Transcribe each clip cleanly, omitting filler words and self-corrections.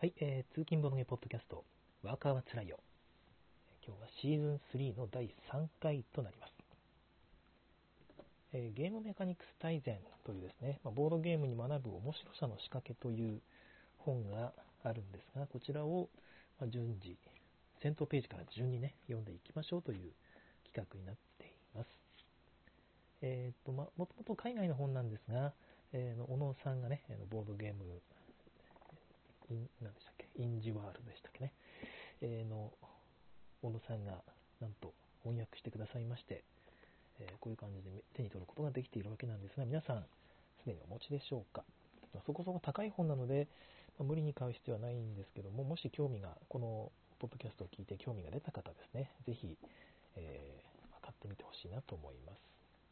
はい、通勤ボドゲポッドキャスト、ワーカーはつらいよ。今日はシーズン3の第3回となります。ゲームメカニクス大全というですね、ボードゲームに学ぶ面白さの仕掛けという本があるんですが、こちらを順次、先頭ページから順にね、読んでいきましょうという企画になっています。もともと海外の本なんですが、小野さんがね、ボードゲーム何でしたっけ、インジワールドでしたっけね、の小野さんがなんと翻訳してくださいまして、こういう感じで手に取ることができているわけなんですが、皆さんすでにお持ちでしょうか。そこそこ高い本なので、無理に買う必要はないんですけども、もし興味が、このポッドキャストを聞いて興味が出た方ですね、ぜひ、買ってみてほしいなと思います。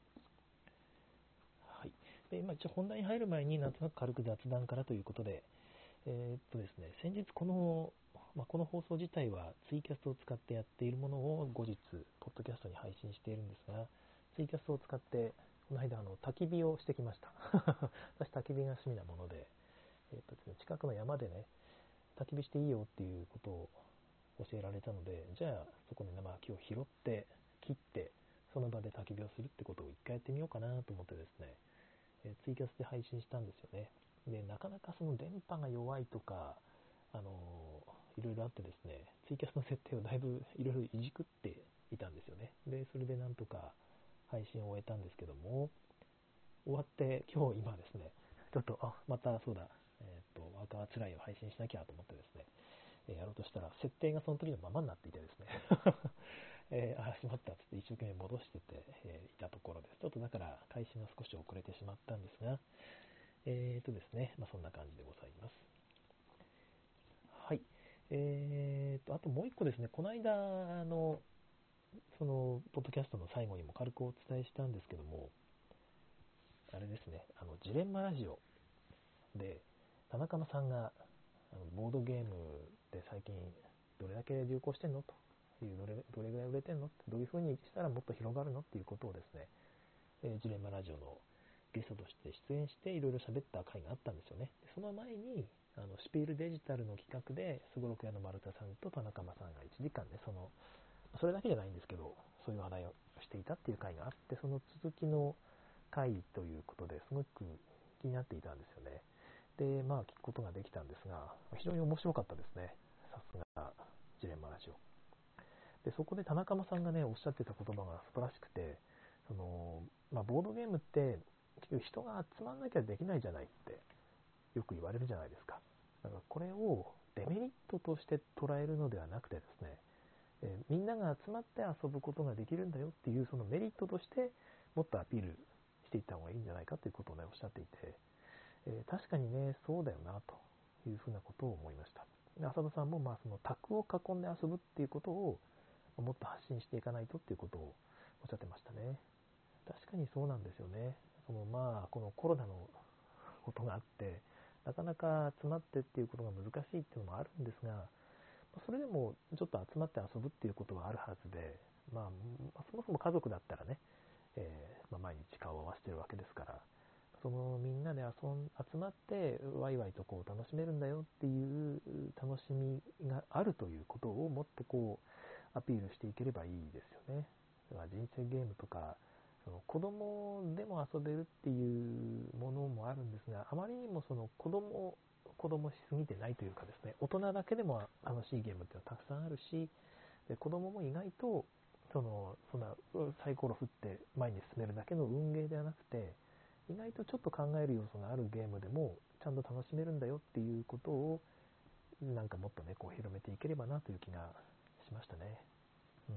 はい。で、一応本題に入る前になんとなく軽く雑談からということで、ですね、先日この放送自体はツイキャスを使ってやっているものを後日、ポッドキャストに配信しているんですが、ツイキャスを使って、この間焚き火をしてきました。私、焚き火が趣味なもので、ですね、近くの山でね、焚き火していいよっていうことを教えられたので、じゃあそこで生木を拾って、切って、その場で焚き火をするってことを一回やってみようかなと思ってですね、ツイキャスで配信したんですよね。で、なかなかその電波が弱いとか、いろいろあってですね、ツイキャスの設定をだいぶいろいろいじくっていたんですよね。で、それでなんとか配信を終えたんですけども、終わって今日今ですね、ちょっと、またそうだ、ワーカーはつらいを配信しなきゃと思ってですね、やろうとしたら、設定がその時のままになっていてですね、しまったっつって一生懸命戻してて、いたところです。ちょっとだから開始が少し遅れてしまったんですが、ですね、そんな感じでございます。はい。あともう一個ですね、この間、その、ポッドキャストの最後にも軽くお伝えしたんですけども、あれですね、ジレンマラジオで、田中間さんが、ボードゲームで最近どれだけ流行してんのという、どれぐらい売れてんのって、どういう風にしたらもっと広がるのっていうことをですね、ジレンマラジオのゲストとして出演していろいろ喋った回があったんですよね。その前にシピールデジタルの企画ですごろく屋の丸田さんと田中間さんが1時間でそれだけじゃないんですけど、そういう話題をしていたっていう回があって、その続きの回ということですごく気になっていたんですよね。で、聞くことができたんですが、非常に面白かったですね。さすがジレンマラジオ。で、そこで田中間さんがね、おっしゃってた言葉が素晴らしくて、ボードゲームって人が集まんなきゃできないじゃないってよく言われるじゃないですか。だからこれをデメリットとして捉えるのではなくてですね、みんなが集まって遊ぶことができるんだよっていうそのメリットとしてもっとアピールしていった方がいいんじゃないかということをね、おっしゃっていて、確かにね、そうだよなというふうなことを思いました。で、浅田さんもその卓を囲んで遊ぶっていうことをもっと発信していかないとっていうことをおっしゃってましたね。確かにそうなんですよね。このコロナのことがあって、なかなか集まってっていうことが難しいっていうのもあるんですが、それでもちょっと集まって遊ぶっていうことはあるはずで、そもそも家族だったらね、毎日顔を合わせてるわけですから、みんなで集まってワイワイと楽しめるんだよっていう楽しみがあるということをもってアピールしていければいいですよね。だから人生ゲームとか、子供でも遊べるっていうものもあるんですが、あまりにも子供しすぎてないというかですね、大人だけでも楽しいゲームっていうのはたくさんあるし、で子供も意外とそんなサイコロ振って前に進めるだけの運ゲーではなくて、意外とちょっと考える要素があるゲームでもちゃんと楽しめるんだよっていうことをなんかもっとね、広めていければなという気がしましたね。うん。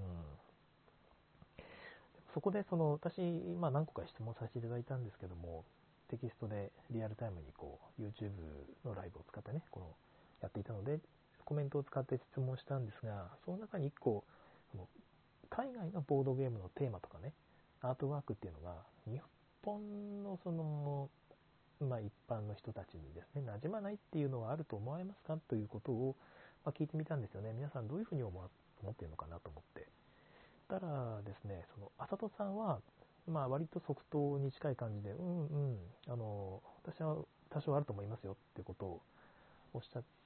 そこで私、何個か質問させていただいたんですけども、テキストでリアルタイムにYouTube のライブを使ってね、やっていたので、コメントを使って質問したんですが、その中に1個、海外のボードゲームのテーマとかね、アートワークっていうのが、日本の一般の人たちにですね、馴染まないっていうのはあると思われますかということを、聞いてみたんですよね。皆さんどういうふうに思っているのかなと思って。たらですね、浅戸さんは、割と即答に近い感じで、私は多少あると思いますよっていうことをおっしゃっ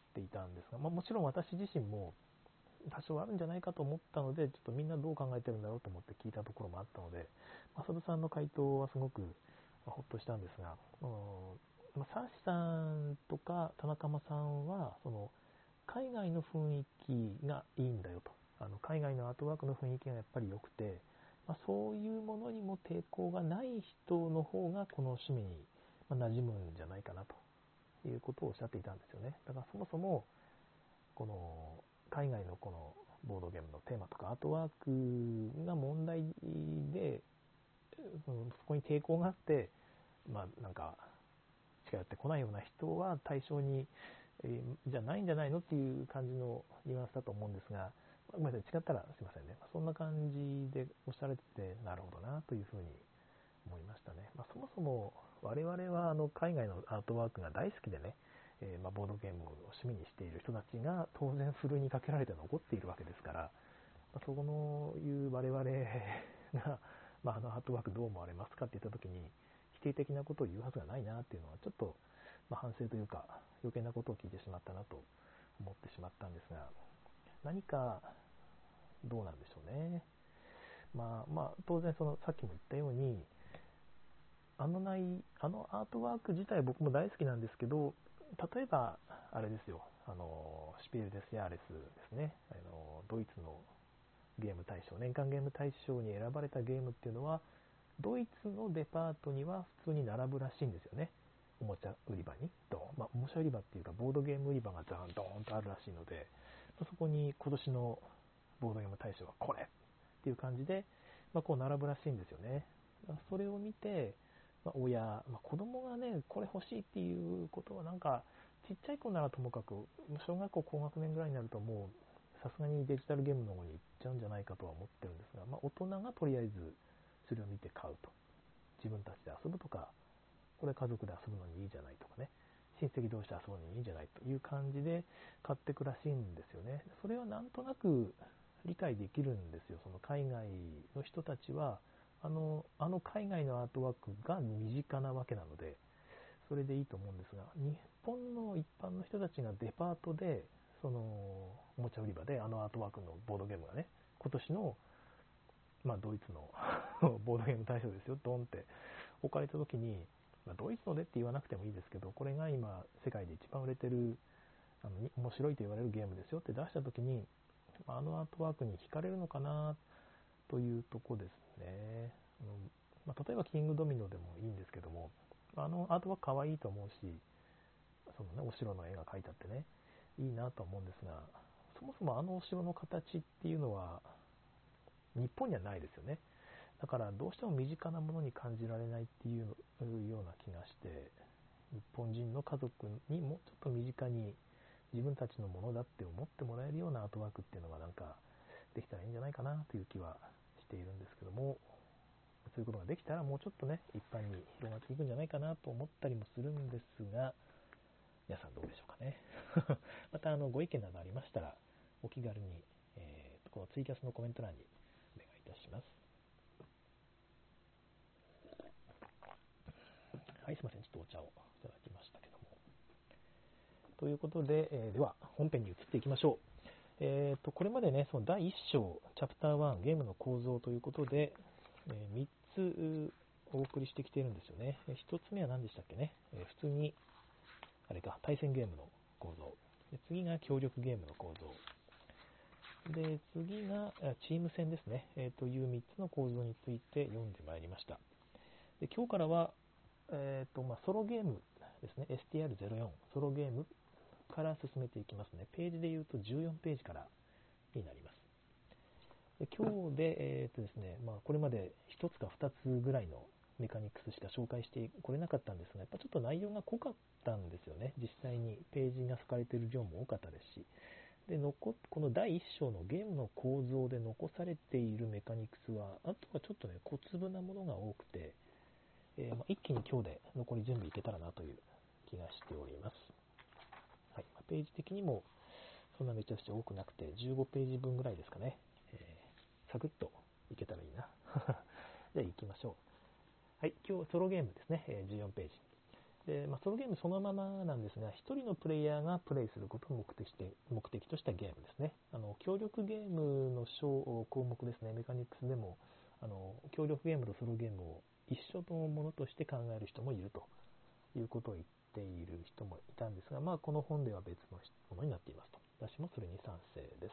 っていたんですが、もちろん私自身も多少あるんじゃないかと思ったので、ちょっとみんなどう考えてるんだろうと思って聞いたところもあったので、浅田さんの回答はすごくほっとしたんですが、サーシさんとか田中間さんは、海外の雰囲気がいいんだよと。海外のアートワークの雰囲気がやっぱり良くて、そういうものにも抵抗がない人の方がこの趣味に馴染むんじゃないかなということをおっしゃっていたんですよね。だからそもそもこの海外のこのボードゲームのテーマとかアートワークが問題で、そこに抵抗があって、なんか近寄ってこないような人は対象に、じゃないんじゃないのっていう感じのニュアンスだと思うんですが、ごめんなさい、違ったらすいませんね。そんな感じでおっしゃられてて、なるほどなというふうに思いましたね。そもそも我々は海外のアートワークが大好きでね、ボードゲームを趣味にしている人たちが当然ふるいにかけられて残っているわけですから、そこのいう我々が、アートワークどう思われますかって言ったときに否定的なことを言うはずがないなっていうのはちょっと、反省というか余計なことを聞いてしまったなと思ってしまったんですが、何かどうなんでしょうね。当然さっきも言ったようにあのアートワーク自体僕も大好きなんですけど、例えばあれですよ、シュピール・デス・ヤーレスですね、ドイツのゲーム大賞、年間ゲーム大賞に選ばれたゲームっていうのはドイツのデパートには普通に並ぶらしいんですよね。おもちゃ売り場におもちゃ売り場っていうかボードゲーム売り場がドーンとあるらしいので、そこに今年のボードゲーム大賞はこれっていう感じで、こう並ぶらしいんですよね。それを見て、親、子供がねこれ欲しいっていうことはなんかちっちゃい子ならともかく小学校高学年ぐらいになるともうさすがにデジタルゲームの方に行っちゃうんじゃないかとは思ってるんですが、大人がとりあえずそれを見て買うと、自分たちで遊ぶとか、これ家族で遊ぶのにいいじゃないとかね、親戚同士で遊ぶのにいいんじゃないという感じで買ってくらしいんですよね。それはなんとなく理解できるんですよ。その海外の人たちはあの海外のアートワークが身近なわけなので、それでいいと思うんですが、日本の一般の人たちがデパートでおもちゃ売り場でアートワークのボードゲームがね、今年のドイツのボードゲーム大賞ですよ、ドンって置かれたときに、ドイツのでって言わなくてもいいですけど、これが今世界で一番売れてる面白いと言われるゲームですよって出したときに、アートワークに惹かれるのかなというとこですね。例えばキングドミノでもいいんですけども、アートワーク可愛いと思うし、お城の絵が描いてあってね、いいなと思うんですが、そもそもお城の形っていうのは日本にはないですよね。だからどうしても身近なものに感じられないっていうような気がして、日本人の家族にもうちょっと身近に自分たちのものだって思ってもらえるようなアートワークっていうのがなんかできたらいいんじゃないかなという気はしているんですけども、そういうことができたらもうちょっとね一般に広がっていくんじゃないかなと思ったりもするんですが、皆さんどうでしょうかね。またご意見などありましたらお気軽に、このツイキャスのコメント欄にお願いいたします。はい、すいません、ちょっとお茶をいただきましたけども。ということで、では本編に移っていきましょう。これまでね、その第1章、チャプター1、ゲームの構造ということで、3つお送りしてきているんですよね。1つ目は何でしたっけね。普通に、あれか、対戦ゲームの構造。で次が協力ゲームの構造。で、次がチーム戦ですね、という3つの構造について読んでまいりました。で今日からは、ソロゲームですね、STR04、ソロゲームから進めていきますね。ページで言うと14ページからになります。で今日で、ですね、これまで1つか2つぐらいのメカニクスしか紹介してこれなかったんですが、やっぱちょっと内容が濃かったんですよね。実際にページが書かれている量も多かったですし、でこの第1章のゲームの構造で残されているメカニクスは、あとはちょっとね、小粒なものが多くて、一気に今日で残り全部いけたらなという気がしております。はい、ページ的にもそんなめちゃくちゃ多くなくて15ページ分ぐらいですかね。サクッといけたらいいな。じゃあ行きましょう。はい、今日ソロゲームですね、14ページ。 で、ソロゲームそのままなんですが、一人のプレイヤーがプレイすることを目的としたゲームですね。協力ゲームの項目ですね、メカニクスでも、協力ゲームとソロゲームを一緒のものとして考える人もいるということを言っている人もいたんですが、この本では別のものになっていますと。私もそれに賛成です。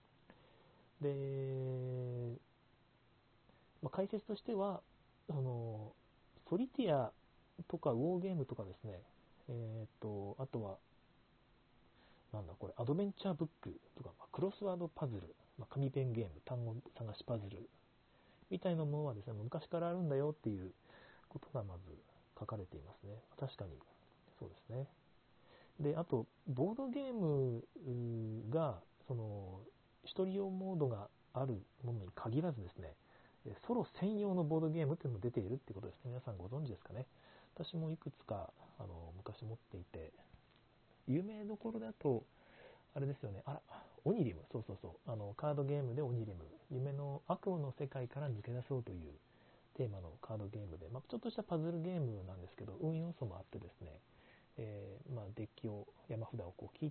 で、解説としては、ソリティアとかウォーゲームとかですね、あとは、アドベンチャーブックとか、クロスワードパズル、紙ペンゲーム、単語探しパズルみたいなものはですね、昔からあるんだよっていうことがまず書かれていますね。確かにそうですね。で、あと、ボードゲームが、一人用モードがあるものに限らずですね、ソロ専用のボードゲームっていうのも出ているっていうことですね。皆さんご存知ですかね。私もいくつか昔持っていて、有名どころだと、あれですよね、オニリム、そう、カードゲームでオニリム、夢の悪夢の世界から抜け出そうというテーマのカードゲームで、ちょっとしたパズルゲームなんですけど、運要素もあってですね、デッキを、山札を切って、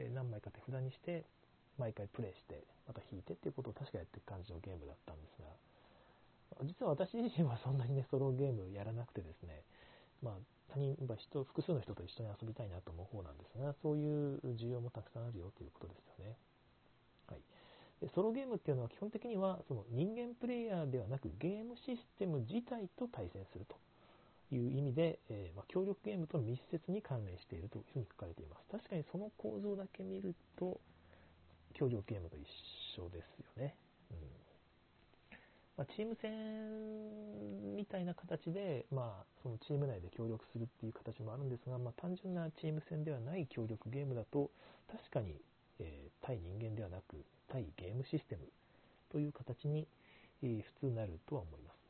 何枚か手札にして、毎回プレイして、また引いてっていうことを確かやっていく感じのゲームだったんですが、実は私自身はそんなにね、ソロゲームやらなくてですね、複数の人と一緒に遊びたいなと思う方なんですが、そういう需要もたくさんあるよということですよね。はい。でソロゲームっていうのは基本的にはその人間プレイヤーではなくゲームシステム自体と対戦するという意味で、協力ゲームと密接に関連しているというふうに書かれています。確かにその構造だけ見ると協力ゲームと一緒ですよね。チーム戦みたいな形で、そのチーム内で協力するっていう形もあるんですが、単純なチーム戦ではない協力ゲームだと、確かに、対人間ではなく、対ゲームシステムという形に、普通になるとは思います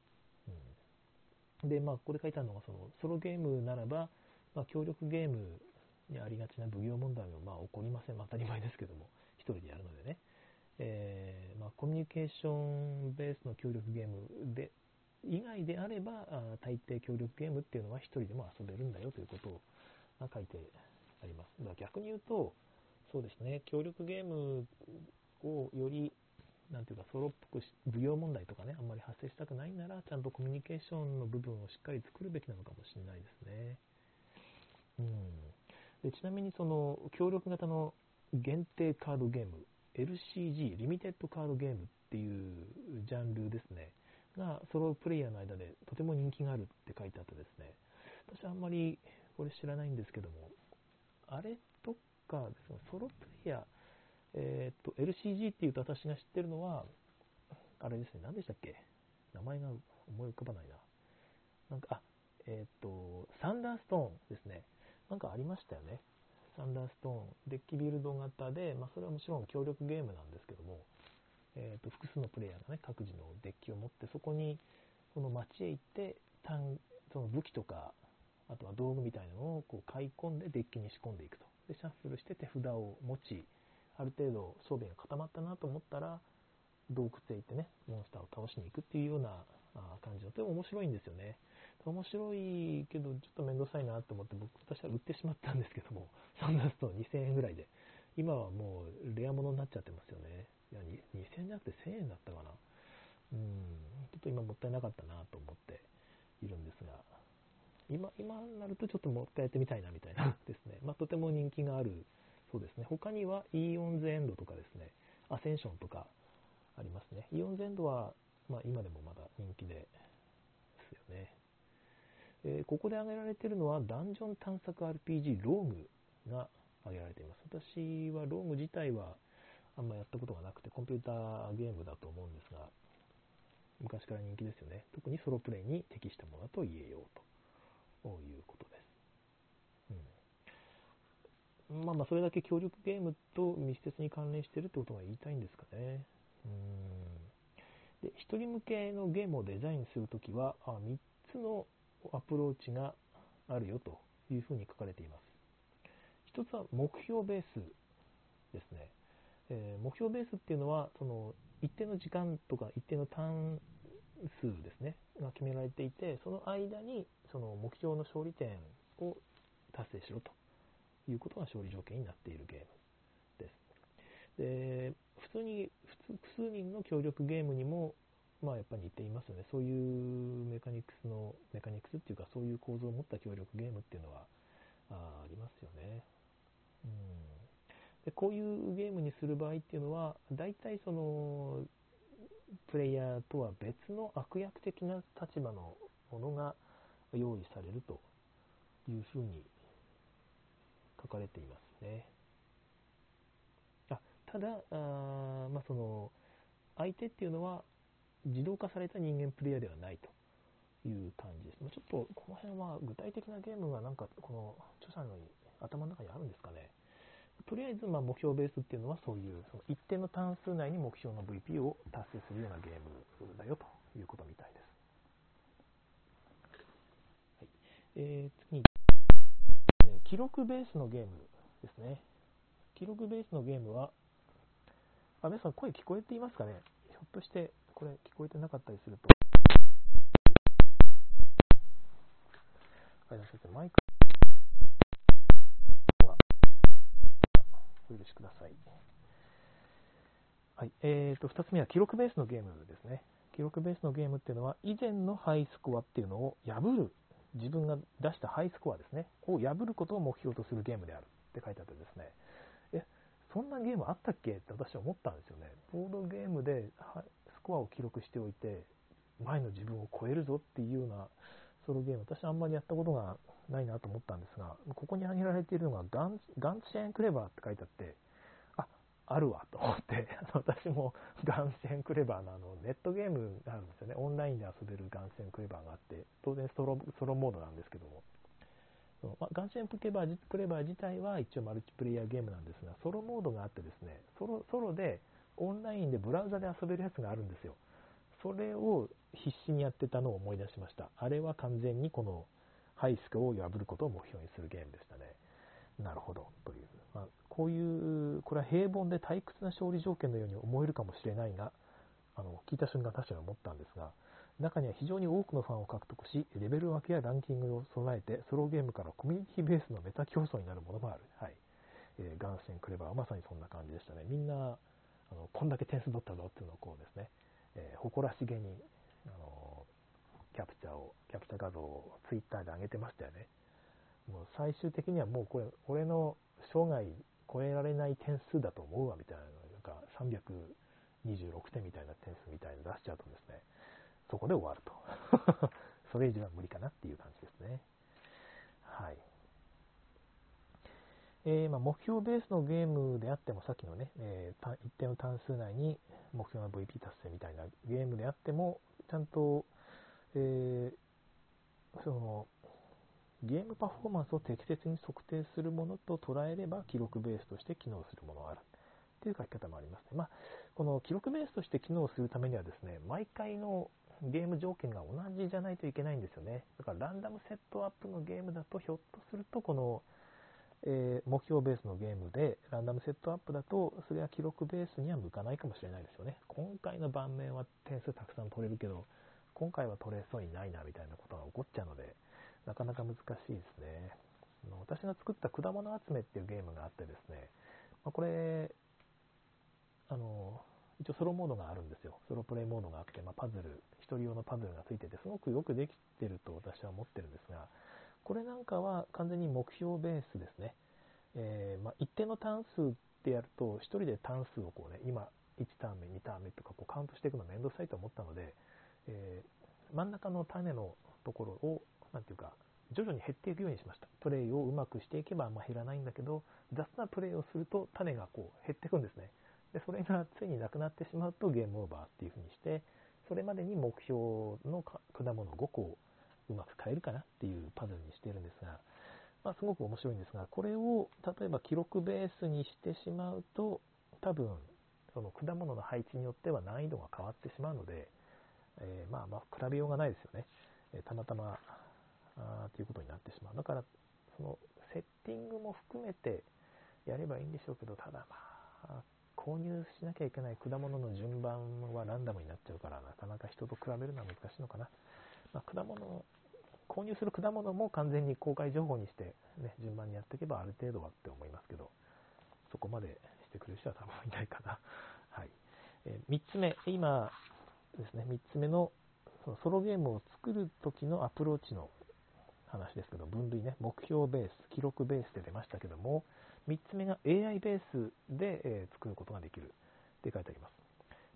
。で、ここで書いてあるのが、ソロゲームならば、協力ゲームにありがちな奉行問題は起こりません。当たり前ですけども、一人でやるのでね。コミュニケーションベースの協力ゲームで以外であれば、大抵協力ゲームっていうのは一人でも遊べるんだよということを書いてあります。だから逆に言うと、そうですね、協力ゲームをより、なんていうか、ソロっぽく奉行問題とかね、あんまり発生したくないなら、ちゃんとコミュニケーションの部分をしっかり作るべきなのかもしれないですね。でちなみに、その協力型の限定カードゲーム、LCG、リミテッドカードゲームっていうジャンルですね、がソロプレイヤーの間でとても人気があるって書いてあってですね、私はあんまりこれ知らないんですけども、あれとかですね、ソロプレイヤー、LCG っていうと私が知ってるのは、あれですね、何でしたっけ、名前が思い浮かばないな。サンダーストーンですね。なんかありましたよね。サンダーストーン、デッキビルド型で、それはもちろん協力ゲームなんですけども、複数のプレイヤーがね、各自のデッキを持って、そこに、その街へ行って、その武器とか、あとは道具みたいなのを買い込んでデッキに仕込んでいくと。で、シャッフルして手札を持ち、ある程度装備が固まったなと思ったら、洞窟へ行ってね、モンスターを倒しに行くっていうような感じの、でも面白いんですよね。面白いけど、ちょっとめんどくさいなと思って、私は売ってしまったんですけども、サンダーストーン2000円ぐらいで。今はもうレア物になっちゃってますよね。いや、2000円じゃなくて1000円だったかな。ちょっと今もったいなかったなと思っているんですが、今になるとちょっともう一回やってみたいなみたいなですね。とても人気があるそうですね。他にはイオンズエンドとかですね、アセンションとかありますね。イオンズエンドは、今でもまだ人気ですよね。ここで挙げられているのはダンジョン探索 RPG ローグが挙げられています。私はローグ自体はあんまやったことがなくて、コンピューターゲームだと思うんですが、昔から人気ですよね。特にソロプレイに適したものだと言えようということです。それだけ協力ゲームと密接に関連しているってことが言いたいんですかね。で、一人向けのゲームをデザインするときは、3つのアプローチがあるよというふうに書かれています。一つは目標ベースですね。目標ベースっていうのは、その一定の時間とか一定の数ですねが決められていて、その間にその目標の勝利点を達成しろということが勝利条件になっているゲームです。で、複数人の協力ゲームにもやっぱり似ていますよね。そういうメカニクスっていうか、そういう構造を持った協力ゲームっていうのはありますよね。でこういうゲームにする場合っていうのは、大体そのプレイヤーとは別の悪役的な立場のものが用意されるというふうに書かれていますね。ただその相手っていうのは自動化された人間プレイヤーではないという感じです。ちょっとこの辺は具体的なゲームがなんかこの著者の頭の中にあるんですかね。とりあえず目標ベースっていうのはそういうその一定の単数内に目標の VP を達成するようなゲームだよということみたいです。はい、次に、記録ベースのゲームですね。記録ベースのゲームは、皆さん声聞こえていますかね。ひょっとしてこれ聞こえてなかったりすると、マイクがお許しください。はい、2つ目は記録ベースのゲームですね。記録ベースのゲームっていうのは、以前のハイスコアっていうのを破る、自分が出したハイスコアですね、を破ることを目標とするゲームであるって書いてあってですね、そんなゲームあったっけって私は思ったんですよね。ボードゲームでスコアを記録しておいて、前の自分を超えるぞっていうような、そのゲーム、私あんまりやったことがないなと思ったんですが、ここに挙げられているのがガンツシェーンクレバーって書いてあって、あるわと思って私もガンシェンクレバーのネットゲームがあるんですよね。オンラインで遊べるガンシェンクレバーがあって、当然ソロモードなんですけども、ガンシェンクレバー自体は一応マルチプレイヤーゲームなんですが、ソロモードがあってですね、ソロでオンラインでブラウザで遊べるやつがあるんですよ。それを必死にやってたのを思い出しました。あれは完全にこのハイスコアを破ることを目標にするゲームでしたね。なるほどという、こういうこれは平凡で退屈な勝利条件のように思えるかもしれないが、聞いた瞬間確かに思ったんですが、中には非常に多くのファンを獲得し、レベル分けやランキングを備えてソロゲームからコミュニティベースのメタ競争になるものもある。はい、ガンシェンクレバーはまさにそんな感じでしたね。みんなこんだけ点数取ったぞっていうのをこうですね、誇らしげにキャプチャー画像をツイッターで上げてましたよね。もう最終的にはもうこれ俺の生涯超えられない点数だと思うわみたいな、なんか326点みたいな点数みたいなの出しちゃうとですね、そこで終わるとそれ以上は無理かなっていう感じですね。はい。目標ベースのゲームであっても、さっきのね、一定の単数内に目標の VP 達成みたいなゲームであっても、ちゃんと、そのゲームパフォーマンスを適切に測定するものと捉えれば記録ベースとして機能するものがあるという書き方もありますね。この記録ベースとして機能するためにはですね、毎回のゲーム条件が同じじゃないといけないんですよね。だからランダムセットアップのゲームだと、ひょっとするとこの、目標ベースのゲームでランダムセットアップだと、それは記録ベースには向かないかもしれないですよね。今回の盤面は点数たくさん取れるけど、今回は取れそうにないなみたいなことが起こっちゃうので、なかなか難しいですね。私が作った果物集めっていうゲームがあってですね、これ一応ソロモードがあるんですよ。ソロプレイモードがあって、パズル、一人用のパズルがついてて、すごくよくできてると私は思ってるんですが、これなんかは完全に目標ベースですね。一定の単数ってやると、一人で単数をこうね、今、1ターン目、2ターン目とかこうカウントしていくのめんどくさいと思ったので、真ん中の種のところを、なんていうか、徐々に減っていくようにしました。プレイをうまくしていけば減らないんだけど、雑なプレイをすると種がこう減っていくんですね。で、それがついになくなってしまうとゲームオーバーっていう風にして、それまでに目標の果物5個をうまく変えるかなっていうパズルにしているんですが、すごく面白いんですが、これを例えば記録ベースにしてしまうと、多分その果物の配置によっては難易度が変わってしまうので、比べようがないですよね。たまたまということになってしまう。だからそのセッティングも含めてやればいいんでしょうけど、ただ購入しなきゃいけない果物の順番はランダムになっちゃうから、なかなか人と比べるのは難しいのかな。購入する果物も完全に公開情報にして、ね、順番にやっていけばある程度はって思いますけど、そこまでしてくれる人は多分いないかな。はい。3つ目、今ですね、3つ目のそのソロゲームを作る時のアプローチの話ですけど、分類ね、目標ベース、記録ベースで出ましたけども、3つ目が AI ベースで作ることができるって書いてあります。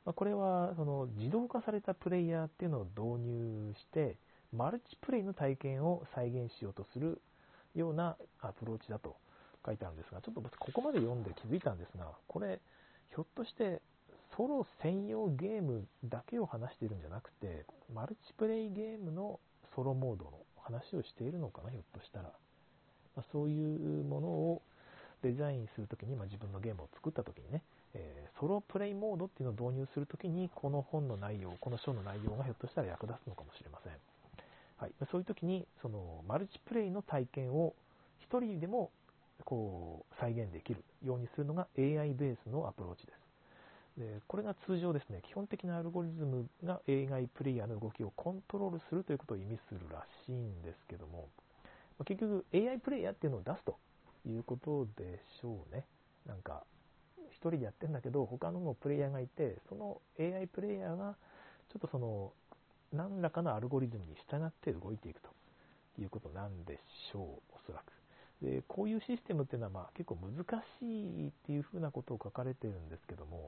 これはその自動化されたプレイヤーっていうのを導入して、マルチプレイの体験を再現しようとするようなアプローチだと書いてあるんですが、ちょっと僕ここまで読んで気づいたんですが、これひょっとしてソロ専用ゲームだけを話しているんじゃなくて、マルチプレイゲームのソロモードの話をしているのかな、ひょっとしたら。そういうものをデザインするときに、自分のゲームを作ったときにね、ソロプレイモードっていうのを導入するときに、この本の内容、この書の内容がひょっとしたら役立つのかもしれません。はい、そういうときに、そのマルチプレイの体験を一人でもこう再現できるようにするのが AI ベースのアプローチです。でこれが通常ですね、基本的なアルゴリズムが AI プレイヤーの動きをコントロールするということを意味するらしいんですけども、結局 AI プレイヤーっていうのを出すということでしょうね。なんか一人でやってるんだけど他のプレイヤーがいて、その AI プレイヤーがちょっとその何らかのアルゴリズムに従って動いていくということなんでしょう、おそらく。でこういうシステムっていうのは結構難しいっていうふうなことを書かれてるんですけども、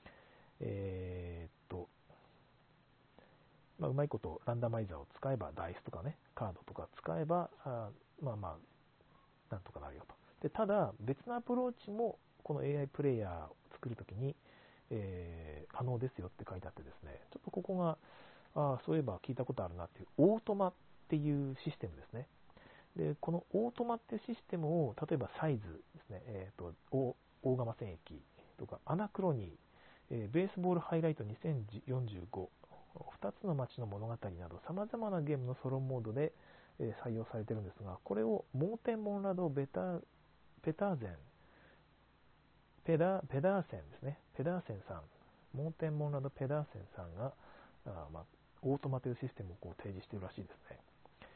うまいことランダマイザーを使えば、ダイスとかね、カードとか使えば、なんとかなるよと。でただ、別のアプローチも、この AI プレイヤーを作るときに、可能ですよって書いてあってですね、ちょっとここが、そういえば聞いたことあるなっていう、オートマっていうシステムですね。で、このオートマってシステムを、例えばサイズですね、大釜戦役とか、アナクロニー、ベースボールハイライト2045、2つの街の物語など、様々なゲームのソロモードで採用されているんですが、これをモーテン・モンラド・ペターゼン、ペダーセンですね、ペダーセンさん、モーテン・モンラド・ペダーセンさんが、オートマというシステムをこう提示しているらしいですね。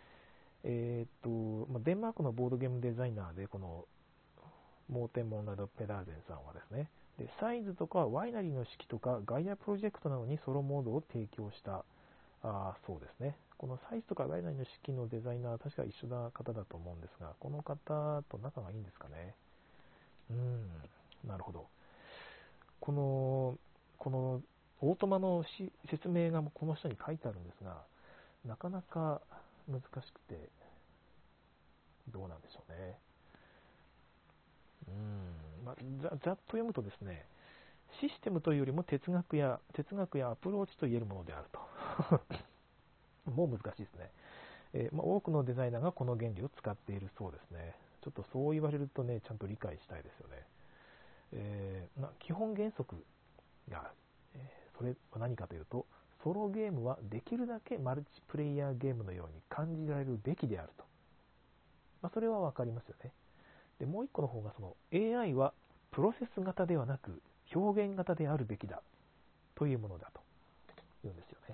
デンマークのボードゲームデザイナーで、このモーテン・モンラド・ペダーゼンさんはですね、でサイズとかワイナリーの式とかガイアプロジェクトなどにソロモードを提供したそうですね。このサイズとかワイナリーの式のデザイナーは確か一緒な方だと思うんですが、この方と仲がいいんですかね。なるほど。このオートマの説明がこの下に書いてあるんですが、なかなか難しくて、どうなんでしょうね。ざっと読むとですね、システムというよりも哲学やアプローチと言えるものであると。もう難しいですね。多くのデザイナーがこの原理を使っているそうですね。ちょっとそう言われるとね、ちゃんと理解したいですよね。基本原則が、それは何かというと、ソロゲームはできるだけマルチプレイヤーゲームのように感じられるべきであると。それはわかりますよね。でもう一個の方が、その AI はプロセス型ではなく表現型であるべきだというものだというんですよね。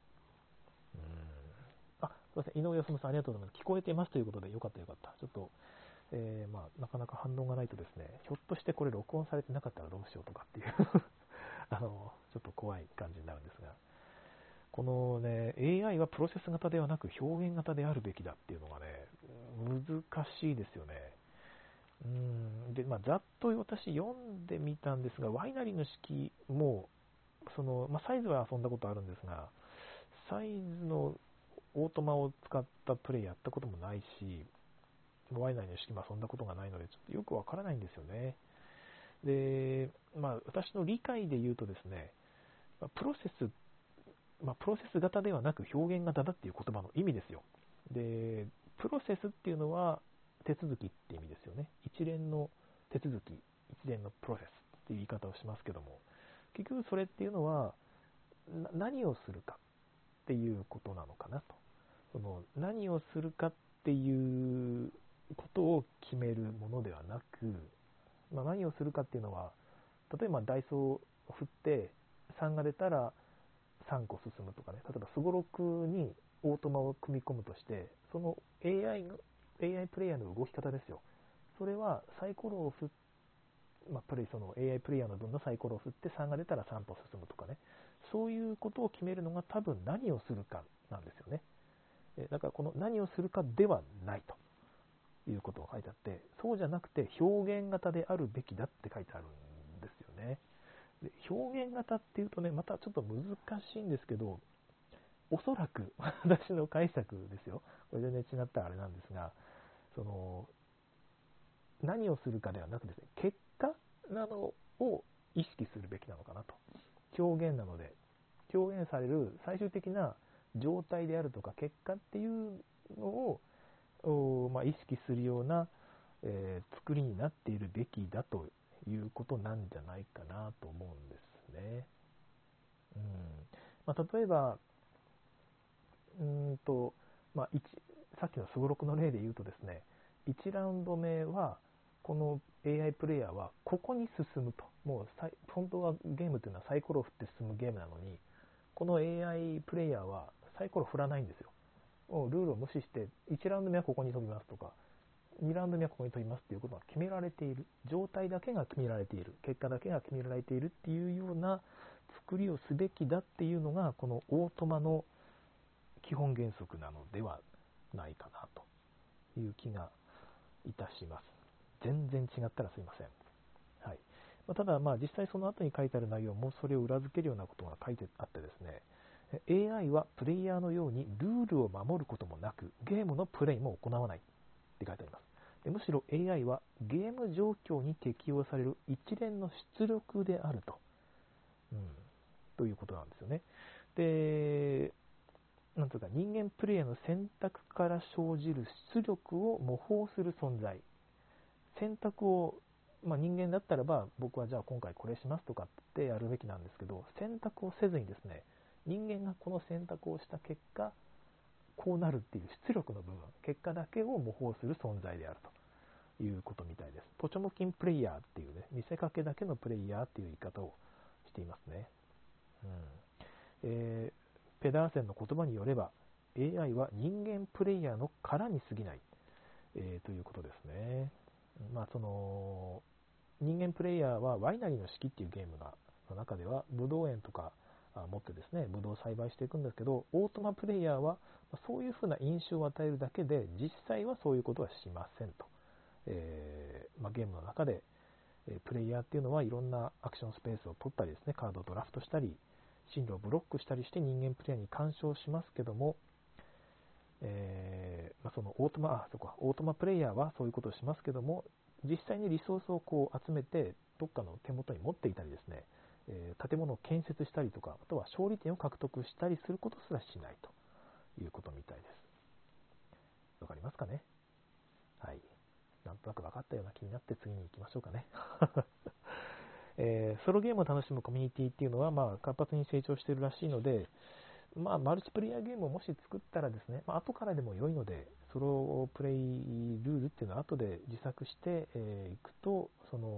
すいません、井上康さんありがとうございます。聞こえてますということでよかった。ちょっと、なかなか反応がないとですね、ひょっとしてこれ録音されてなかったらどうしようとかっていうちょっと怖い感じになるんですが、このね、AI はプロセス型ではなく表現型であるべきだっていうのがね、難しいですよね。で、ざっと私読んでみたんですが、ワイナリーの式も、サイズは遊んだことあるんですが、サイズのオートマを使ったプレイやったこともないし、ワイナリーの式も遊んだことがないので、ちょっとよくわからないんですよね。で、私の理解で言うとですね、プロセス型ではなく表現型だっていう言葉の意味ですよ。で、プロセスっていうのは手続きって意味ですよね。一連の手続き、一連のプロセスっていう言い方をしますけども、結局それっていうのは何をするかっていうことなのかなと。その何をするかっていうことを決めるものではなく、何をするかっていうのは、例えばダイソーを振って3が出たら 3個進むとかね、例えばすごろくにオートマを組み込むとして、その AI プレイヤーの動き方ですよ。それはサイコロを振って、プレイその AI プレイヤーの分のサイコロを振って3が出たら3歩進むとかね、そういうことを決めるのが多分何をするかなんですよね。だからこの何をするかではないということが書いてあって、そうじゃなくて表現型であるべきだって書いてあるんですよね。で表現型っていうとね、またちょっと難しいんですけど、おそらく私の解釈ですよ。これ全然違ったらあれなんですが、その何をするかではなくですね、結果などを意識するべきなのかなと。表現なので、表現される最終的な状態であるとか結果っていうのを意識するような、作りになっているべきだということなんじゃないかなと思うんですね。例えばさっきのすごろくの例で言うとですね、1ラウンド目はこの AI プレイヤーはここに進むと、もう本当はゲームというのはサイコロを振って進むゲームなのに、この AI プレイヤーはサイコロ振らないんですよ。もうルールを無視して1ラウンド目はここに飛びますとか、2ラウンド目はここに飛びますということが決められている、状態だけが決められている、結果だけが決められているっていうような作りをすべきだっていうのがこのオートマの基本原則なのではないかなという気がいたします。全然違ったらすいません。はい。ただ実際その後に書いてある内容もそれを裏付けるようなことが書いてあってですね、AI はプレイヤーのようにルールを守ることもなくゲームのプレイも行わないって書いてあります。むしろ AI はゲーム状況に適用される一連の出力であるということなんですよね。で、なんとか人間プレイヤーの選択から生じる出力を模倣する存在。選択を、人間だったらば僕はじゃあ今回これしますとかってやるべきなんですけど、選択をせずにですね、人間がこの選択をした結果こうなるっていう出力の部分、結果だけを模倣する存在であるということみたいです。ポチョモキンプレイヤーっていうね、見せかけだけのプレイヤーっていう言い方をしていますね。ペダーセンの言葉によれば AI は人間プレイヤーの殻に過ぎない、ということですね。その人間プレイヤーはワイナリーの式っていうゲームの中ではブドウ園とか持ってですね、ブドウを栽培していくんですけど、オートマプレイヤーはそういうふうな印象を与えるだけで実際はそういうことはしませんと。ゲームの中でプレイヤーっていうのはいろんなアクションスペースを取ったりですね、カードをドラフトしたり進路をブロックしたりして人間プレイヤーに干渉しますけども、そのオートマプレイヤーはそういうことをしますけども、実際にリソースを集めてどっかの手元に持っていたりですね、建物を建設したりとか、あとは勝利点を獲得したりすることすらしないということみたいです。わかりますかね。はい。なんとなく分かったような気になって次に行きましょうかね。ソロゲームを楽しむコミュニティっていうのは活発に成長しているらしいので、マルチプレイヤーゲームをもし作ったらですね、後からでも良いので、ソロプレイルールっていうのは後で自作していくと、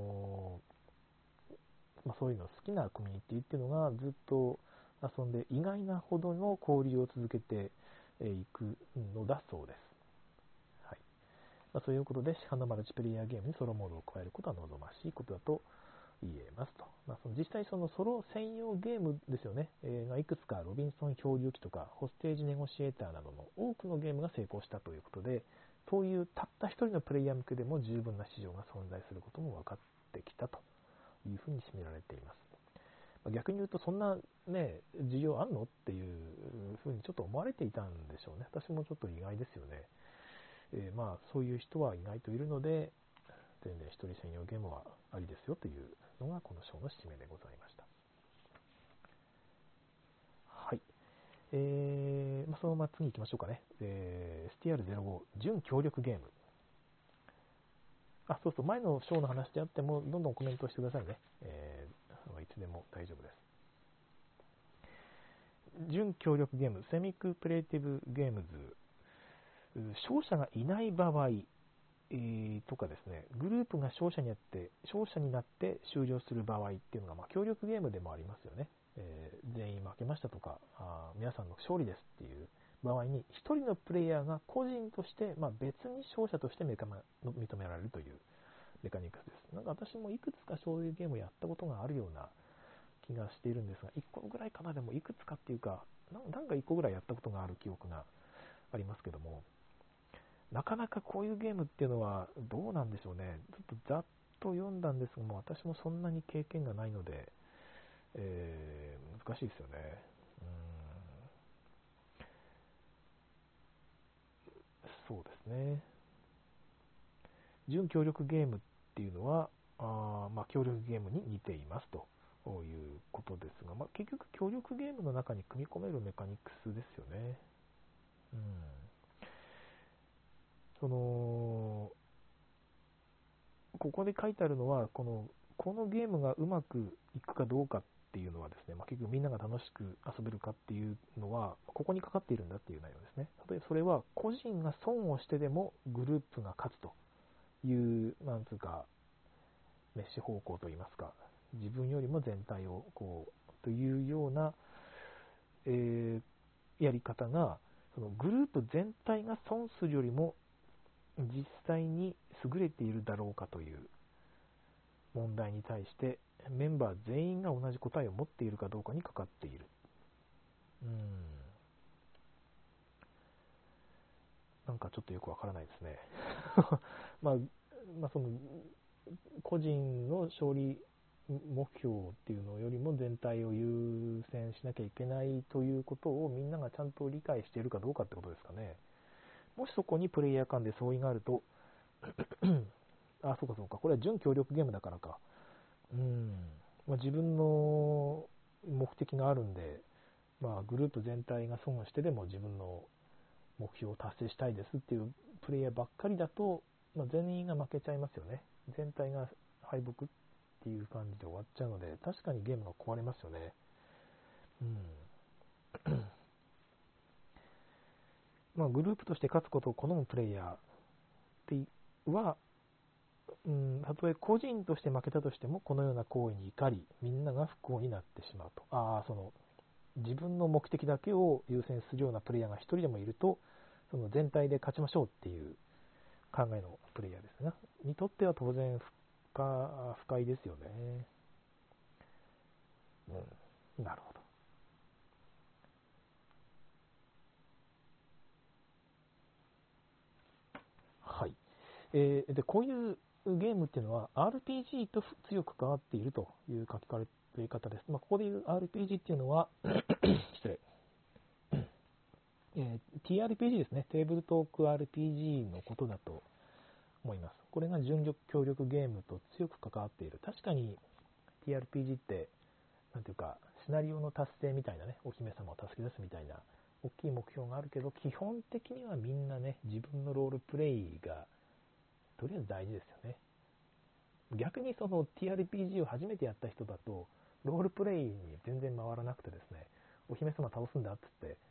そういうの好きなコミュニティっていうのがずっと遊んで意外なほどの交流を続けていくのだそうです。はい。そういうことで、市販のマルチプレイヤーゲームにソロモードを加えることは望ましいことだと言えますと。実際そのソロ専用ゲームですよね、いくつかロビンソン漂流記とかホステージネゴシエーターなどの多くのゲームが成功したということで、そういうたった一人のプレイヤー向けでも十分な市場が存在することも分かってきたというふうに締められています。逆に言うとそんなね、需要あんのっていうふうにちょっと思われていたんでしょうね。私もちょっと意外ですよね。そういう人は意外といるので、全然一人専用ゲームはありですよというのがこの章の締めでございました。はい。そのまま次行きましょうかね。STR-05 準協力ゲーム。そうそう、前の章の話であってもどんどんコメントしてくださいね。いつでも大丈夫です。準協力ゲーム、セミクプレイティブゲームズ。勝者がいない場合、とかですね、グループが勝者になって終了する場合っていうのが、協力ゲームでもありますよね。 全員負けましたとか、皆さんの勝利ですっていう場合に、1人のプレイヤーが個人として、別に勝者として認められるというメカニクスです。なんか私もいくつかそういうゲームをやったことがあるような気がしているんですが、1個ぐらいかな、でもいくつかっていうか、なんか1個ぐらいやったことがある記憶がありますけども、なかなかこういうゲームっていうのはどうなんでしょうね。ちょっとざっと読んだんですが、もう私もそんなに経験がないので、難しいですよね。そうですね。準協力ゲームっていうのは、協力ゲームに似ていますということですが、結局協力ゲームの中に組み込めるメカニクスですよね。そのここで書いてあるのは、このゲームがうまくいくかどうかっていうのはですね、結局みんなが楽しく遊べるかっていうのは、ここにかかっているんだっていう内容ですね。例えばそれは、個人が損をしてでもグループが勝つという、なんつうか、メッシ方向といいますか、自分よりも全体をというような、やり方が、そのグループ全体が損するよりも実際に優れているだろうかという問題に対してメンバー全員が同じ答えを持っているかどうかにかかっている。なんかちょっとよくわからないですね。その個人の勝利目標っていうのよりも全体を優先しなきゃいけないということをみんながちゃんと理解しているかどうかってことですかね。もしそこにプレイヤー間で相違があるとそうか、これは準協力ゲームだからか。自分の目的があるんで、グループ全体が損をしてでも自分の目標を達成したいですっていうプレイヤーばっかりだと、全員が負けちゃいますよね。全体が敗北っていう感じで終わっちゃうので、確かにゲームが壊れますよね。グループとして勝つことを好むプレイヤーは、たとえ個人として負けたとしても、このような行為に怒り、みんなが不幸になってしまうと。自分の目的だけを優先するようなプレイヤーが一人でもいると、その全体で勝ちましょうっていう考えのプレイヤーですが、にとっては当然不快ですよね。なるほど。はい。で、こういうゲームっていうのは RPG と強く関わっているという書き方です。ここでいう RPG っていうのは失礼。TRPG ですね。テーブルトーク RPG のことだと思います。これが準協力ゲームと強く関わっている。確かに TRPG って、なんていうか、シナリオの達成みたいなね、お姫様を助け出すみたいな大きい目標があるけど、基本的にはみんなね、自分のロールプレイがとりあえず大事ですよね。逆にその TRPG を初めてやった人だと、ロールプレイに全然回らなくてですね、お姫様倒すんだって言って、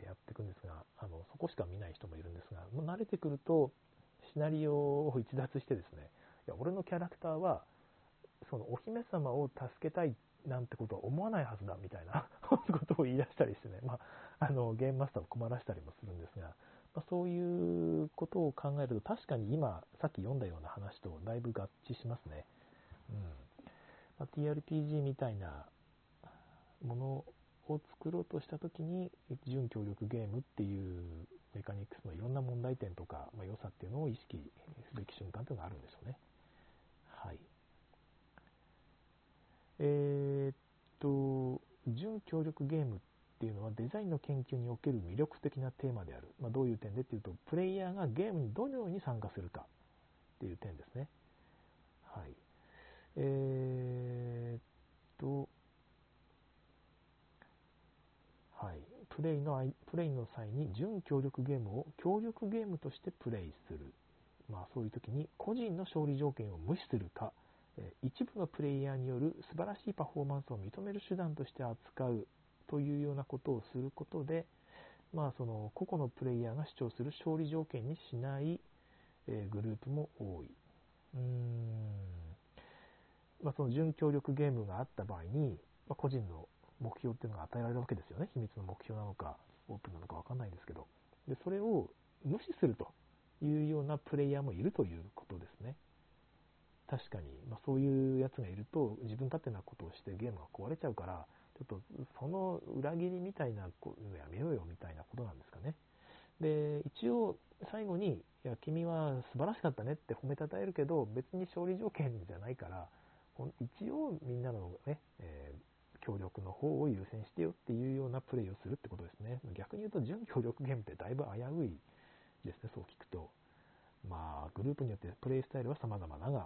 やっていくんですが、そこしか見ない人もいるんですが、もう慣れてくると、シナリオを逸脱してですね、いや俺のキャラクターは、そのお姫様を助けたいなんてことは思わないはずだみたいなことを言い出したりしてね、ゲームマスターを困らせたりもするんですが、そういうことを考えると確かに今さっき読んだような話とだいぶ合致しますね。TRPG みたいなものを作ろうとしたときに準協力ゲームっていうメカニクスのいろんな問題点とか、良さっていうのを意識すべき瞬間というのがあるんでしょうね。はい。準協力ゲームっていうのはデザインの研究における魅力的なテーマである。どういう点でっていうと、プレイヤーがゲームにどのように参加するかっていう点ですね。はい。はい。プレイの際に準協力ゲームを協力ゲームとしてプレイする。そういう時に個人の勝利条件を無視するか、一部のプレイヤーによる素晴らしいパフォーマンスを認める手段として扱うというようなことをすることで、その個々のプレイヤーが主張する勝利条件にしない、グループも多い。その準協力ゲームがあった場合に、個人の目標っていうのが与えられるわけですよね。秘密の目標なのかオープンなのか分かんないですけど、でそれを無視するというようなプレイヤーもいるということですね。確かに、そういうやつがいると自分勝手なことをしてゲームが壊れちゃうから、ちょっとその裏切りみたいなのやめようよみたいなことなんですかね。で一応最後に、いや君は素晴らしかったねって褒めたたえるけど、別に勝利条件じゃないから、一応みんなのね、協力の方を優先してよっていうようなプレイをするってことですね。逆に言うと準協力ゲームってだいぶ危ういですね、そう聞くと。グループによってプレイスタイルは様々だが、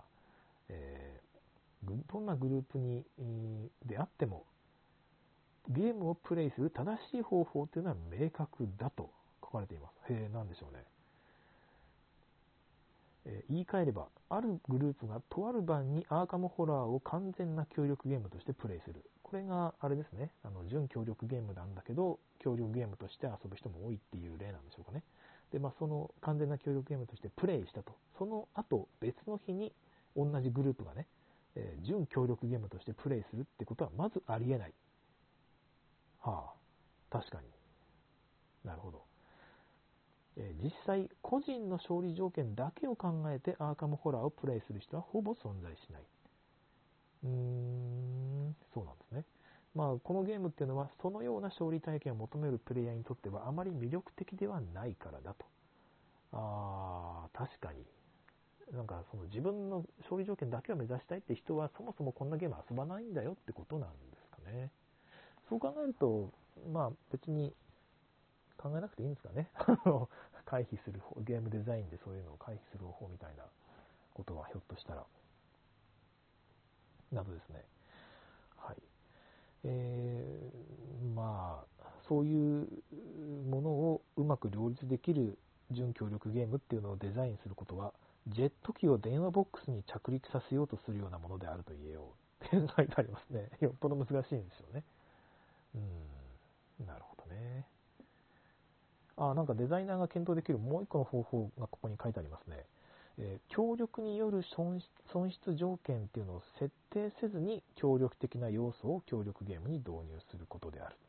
どんなグループにであってもゲームをプレイする正しい方法というのは明確だと書かれています。なんでしょうね。言い換えれば、あるグループがとある番にアーカムホラーを完全な協力ゲームとしてプレイする。これがあれですね、準協力ゲームなんだけど協力ゲームとして遊ぶ人も多いっていう例なんでしょうかね。で、その完全な協力ゲームとしてプレイしたと、その後別の日に同じグループがね、準協力ゲームとしてプレイするってことはまずありえない。確かに。なるほど。実際、個人の勝利条件だけを考えてアーカムホラーをプレイする人はほぼ存在しない。そうなんですね。このゲームっていうのは、そのような勝利体験を求めるプレイヤーにとってはあまり魅力的ではないからだと。確かに。その自分の勝利条件だけを目指したいって人は、そもそもこんなゲーム遊ばないんだよってことなんですかね。そう考えると、別に考えなくていいんですかね。回避する方、ゲームデザインでそういうのを回避する方法みたいなことはひょっとしたら、などですね。はい。そういうものをうまく両立できる準協力ゲームっていうのをデザインすることは、ジェット機を電話ボックスに着陸させようとするようなものであると言えようって書いてありますね。よっぽど難しいんですよね。なるほどね。なんかデザイナーが検討できるもう一個の方法がここに書いてありますね。協力による損失条件っていうのを設定せずに協力的な要素を協力ゲームに導入することである。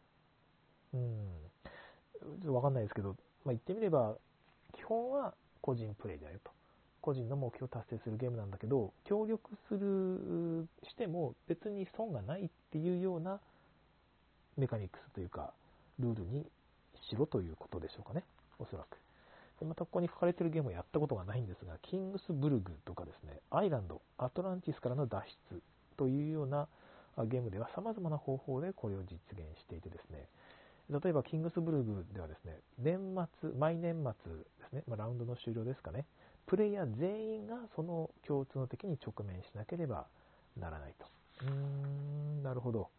わかんないですけど、言ってみれば、基本は個人プレイであると。個人の目標を達成するゲームなんだけど、協力しても別に損がないっていうようなメカニクスというか、ルールにしろということでしょうかね、おそらく。でまたここに書かれているゲームをやったことがないんですが、キングスブルグとかですね、アイランド、アトランティスからの脱出というようなゲームでは様々な方法でこれを実現していてですね、例えばキングスブルグではですね、毎年末ですね、ラウンドの終了ですかね、プレイヤー全員がその共通の敵に直面しなければならないと。なるほど。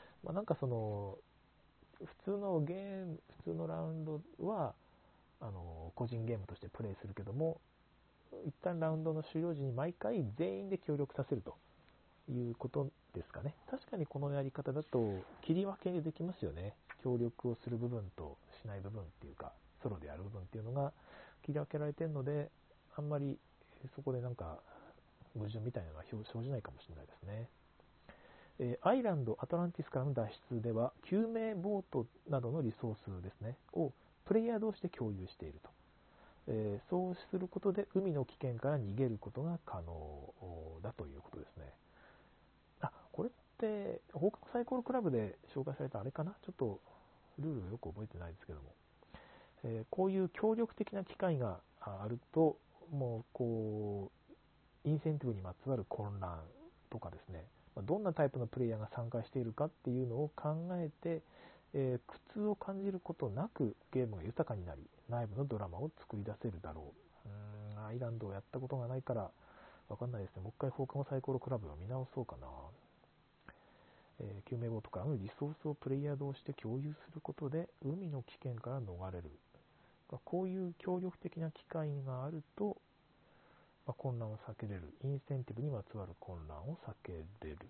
普通のラウンドは個人ゲームとしてプレイするけども、一旦ラウンドの終了時に毎回全員で協力させるということですかね。確かにこのやり方だと切り分けできますよね。協力をする部分としない部分っていうか、ソロでやる部分っていうのが切り分けられているので、あんまりそこで矛盾みたいなのは生じないかもしれないですね。アイランド、アトランティスからの脱出では、救命ボートなどのリソースですね、をプレイヤー同士で共有していると。そうすることで海の危険から逃げることが可能だということですね。これって放課後サイコロクラブで紹介されたあれかな、ちょっとルールをよく覚えてないですけども、こういう協力的な機会があると、もうインセンティブにまつわる混乱とかですね、どんなタイプのプレイヤーが参加しているかっていうのを考えて、苦痛を感じることなくゲームが豊かになり、内部のドラマを作り出せるだろう。アイランドをやったことがないからわかんないですね。もう一回放課後サイコロクラブを見直そうかな。救命ボートからのリソースをプレイヤー同士で共有することで海の危険から逃れる。こういう協力的な機会があると、混乱を避けれる。インセンティブにまつわる混乱を避けれる。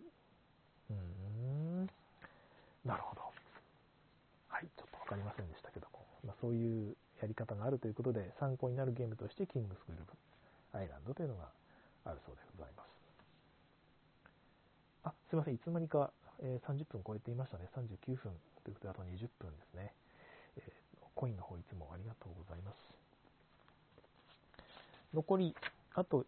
なるほど。はい、ちょっとわかりませんでしたけども、そういうやり方があるということで、参考になるゲームとしてキングスグループアイランドというのがあるそうでございます。すいません、いつの間にか 30分超えていましたね。39分ということで、あと20分ですね。コインの方いつもありがとうございます。残り、あと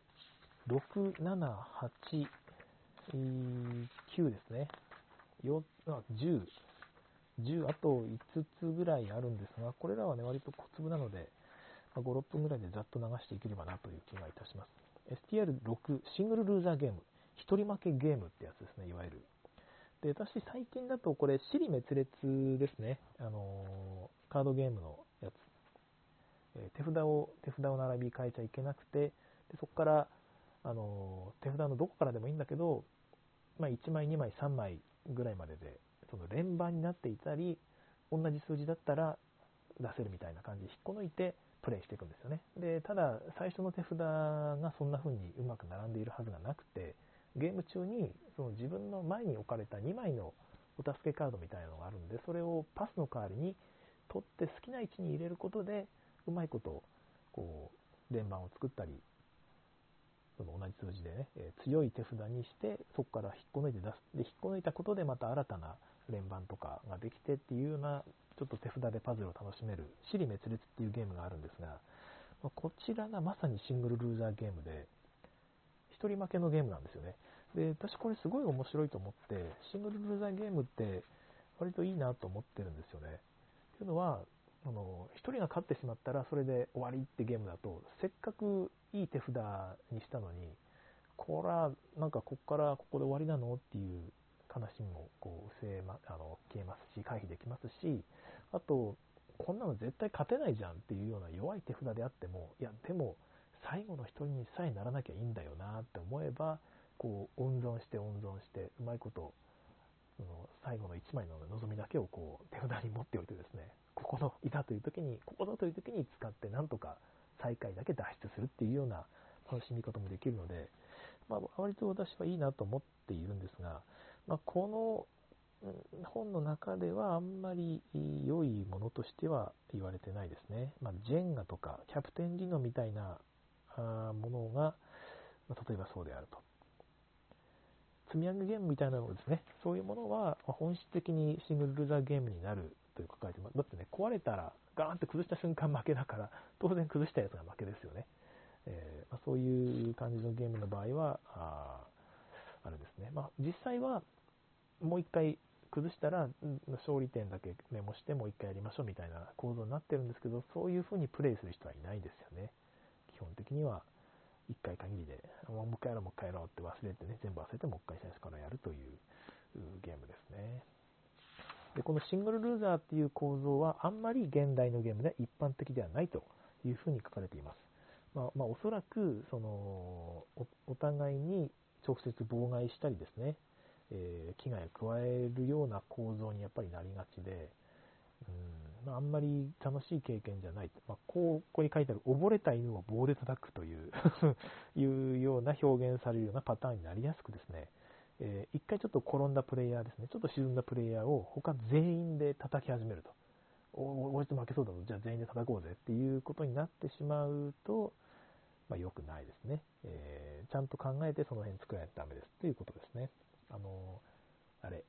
6、7、8、9ですね。10、あと5つぐらいあるんですが、これらはね、割と小粒なので、5、6分ぐらいでざっと流していければなという気がいたします。STR6、シングルルーザーゲーム、一人負けゲームってやつですね、いわゆる。で、私最近だとこれ、尻滅裂ですね。カードゲームのやつ。手札を並び替えちゃいけなくて、でそこから、手札のどこからでもいいんだけど、1枚、2枚、3枚ぐらいまでで、その連番になっていたり、同じ数字だったら出せるみたいな感じで引っこ抜いてプレイしていくんですよね。で、ただ、最初の手札がそんな風にうまく並んでいるはずがなくて、ゲーム中にその自分の前に置かれた2枚のお助けカードみたいなのがあるんで、それをパスの代わりに取って好きな位置に入れることで、うまいことこう連番を作ったり、その同じ数字でね、強い手札にして、そこから引っこ抜いて出す。で、引っこ抜いたことでまた新たな連番とかができてっていうような、ちょっと手札でパズルを楽しめる、尻滅裂っていうゲームがあるんですが、こちらがまさにシングルルーザーゲームで、一人負けのゲームなんですよね。で、私これすごい面白いと思って、シングルルーザーゲームって割といいなと思ってるんですよね。というのは、一人が勝ってしまったらそれで終わりってゲームだと、せっかくいい手札にしたのに、これはなんかここからここで終わりなのっていう悲しみもこう消えますし、回避できますし、あと、こんなの絶対勝てないじゃんっていうような弱い手札であっても、いや、でも最後の一人にさえならなきゃいいんだよなって思えば、こう温存して、うまいことその最後の1枚の望みだけをこう手札に持っておいてですね、ここだという時に使ってなんとか最下位だけ脱出するっていうような楽しみ方もできるので、割と私はいいなと思っているんですが、この本の中ではあんまり良いものとしては言われてないですね。ジェンガとかキャプテンリノみたいなものが、例えばそうであると。積み上げゲームみたいなのですね、そういうものは本質的にシングルルーザーゲームになるという書かれてます。だってね、壊れたらガーンって崩した瞬間負けだから、当然崩したやつが負けですよね。そういう感じのゲームの場合は、あれですね。実際はもう一回崩したら勝利点だけメモしてもう一回やりましょうみたいな構造になってるんですけど、そういう風にプレイする人はいないですよね。基本的には一回限りで、もう一回やろうって忘れてね、全部忘れてもう一回最初からやるというゲームですね。で、このシングルルーザーっていう構造はあんまり現代のゲームでは一般的ではないというふうに書かれています。おそらくお互いに直接妨害したりですね、危害を加えるような構造にやっぱりなりがちで、あんまり楽しい経験じゃない。ここに書いてある溺れた犬を棒で叩くといういうような表現されるようなパターンになりやすくですね、一回ちょっと転んだプレイヤーですね、ちょっと沈んだプレイヤーを他全員で叩き始めると。俺と負けそうだぞ、じゃあ全員で叩こうぜっていうことになってしまうと、良くないですね。ちゃんと考えてその辺作らないとダメですということですね。あれ、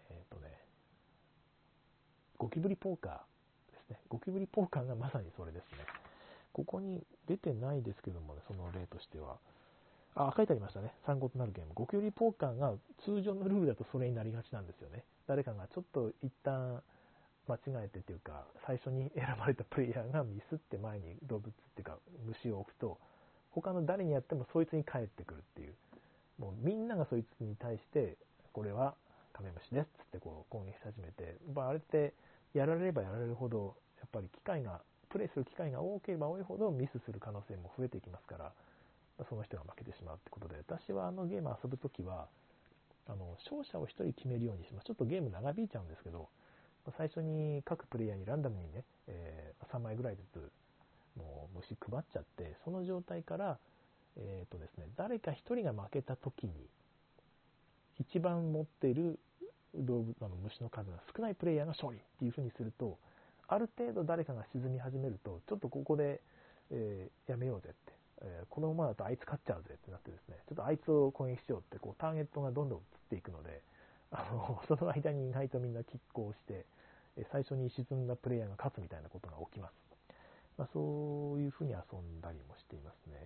ゴキブリポーカーですね。ゴキブリポーカーがまさにそれですね。ここに出てないですけどもね、その例としては。書いてありましたね。参考となるゲーム。ゴキブリポーカーが通常のルールだとそれになりがちなんですよね。誰かがちょっと一旦間違えてっていうか、最初に選ばれたプレイヤーがミスって前に動物っていうか虫を置くと、他の誰にやってもそいつに返ってくるっていう。もうみんながそいつに対して、これはカメムシですっつってこう攻撃し始めて、あれってやられればやられるほど、やっぱりプレイする機会が多ければ多いほどミスする可能性も増えていきますから、その人が負けてしまうってことで、私はゲーム遊ぶときは、勝者を1人決めるようにします。ちょっとゲーム長引いちゃうんですけど、最初に各プレイヤーにランダムにね、3枚ぐらいずつもう虫配っちゃって、その状態から、ですね、誰か1人が負けたときに、一番持っている虫の数が少ないプレイヤーが勝利っていう風にすると、ある程度誰かが沈み始めると、ちょっとここで、やめようぜって、このままだとあいつ勝っちゃうぜってなってですね、ちょっとあいつを攻撃しようってターゲットがどんどん移っていくので、 その間に意外とみんな拮抗して、最初に沈んだプレイヤーが勝つみたいなことが起きます。そういうふうに遊んだりもしていますね。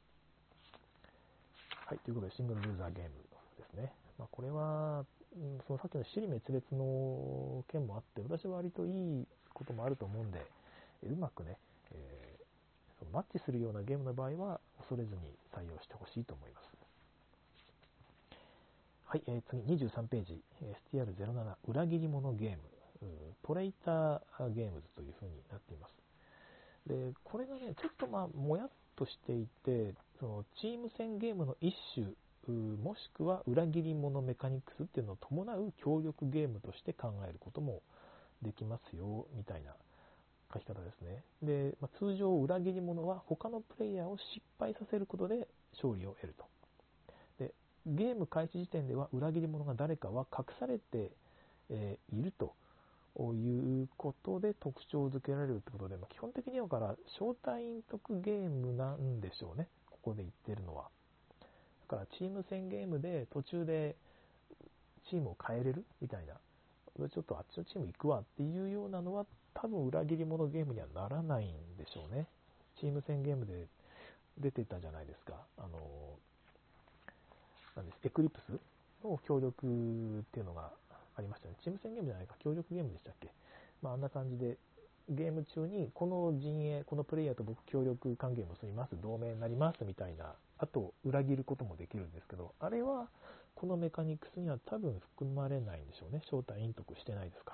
はい、ということでシングルユーザーゲームですね。これは、そのさっきの支離滅裂の件もあって、私は割といいこともあると思うんで、うまくね、そのマッチするようなゲームの場合は恐れずに採用してほしいと思います。はい、次23ページ、STR07 裏切り者ゲーム、トレイターゲームズというふうになっています。で、これがね、ちょっともやっとしていて、そのチーム戦ゲームの一種、もしくは裏切り者メカニクスっていうのを伴う協力ゲームとして考えることもできますよ、みたいな書き方ですね。で、通常裏切り者は他のプレイヤーを失敗させることで勝利を得ると。で、ゲーム開始時点では裏切り者が誰かは隠されて、いるということで特徴づけられるということで、基本的にはから招待員得ゲームなんでしょうね、ここで言ってるのは。だからチーム戦ゲームで途中でチームを変えれるみたいな、ちょっとあっちのチーム行くわっていうようなのは多分裏切り者ゲームにはならないんでしょうね。チーム戦ゲームで出てたじゃないですか。なんですエクリプスの協力っていうのがありましたね。チーム戦ゲームじゃないか、協力ゲームでしたっけ。あんな感じでゲーム中にこの陣営、このプレイヤーと僕協力関係を結びます、同盟になりますみたいな、あと裏切ることもできるんですけど、あれはこのメカニクスには多分含まれないんでしょうね。招待隠匿してないですから。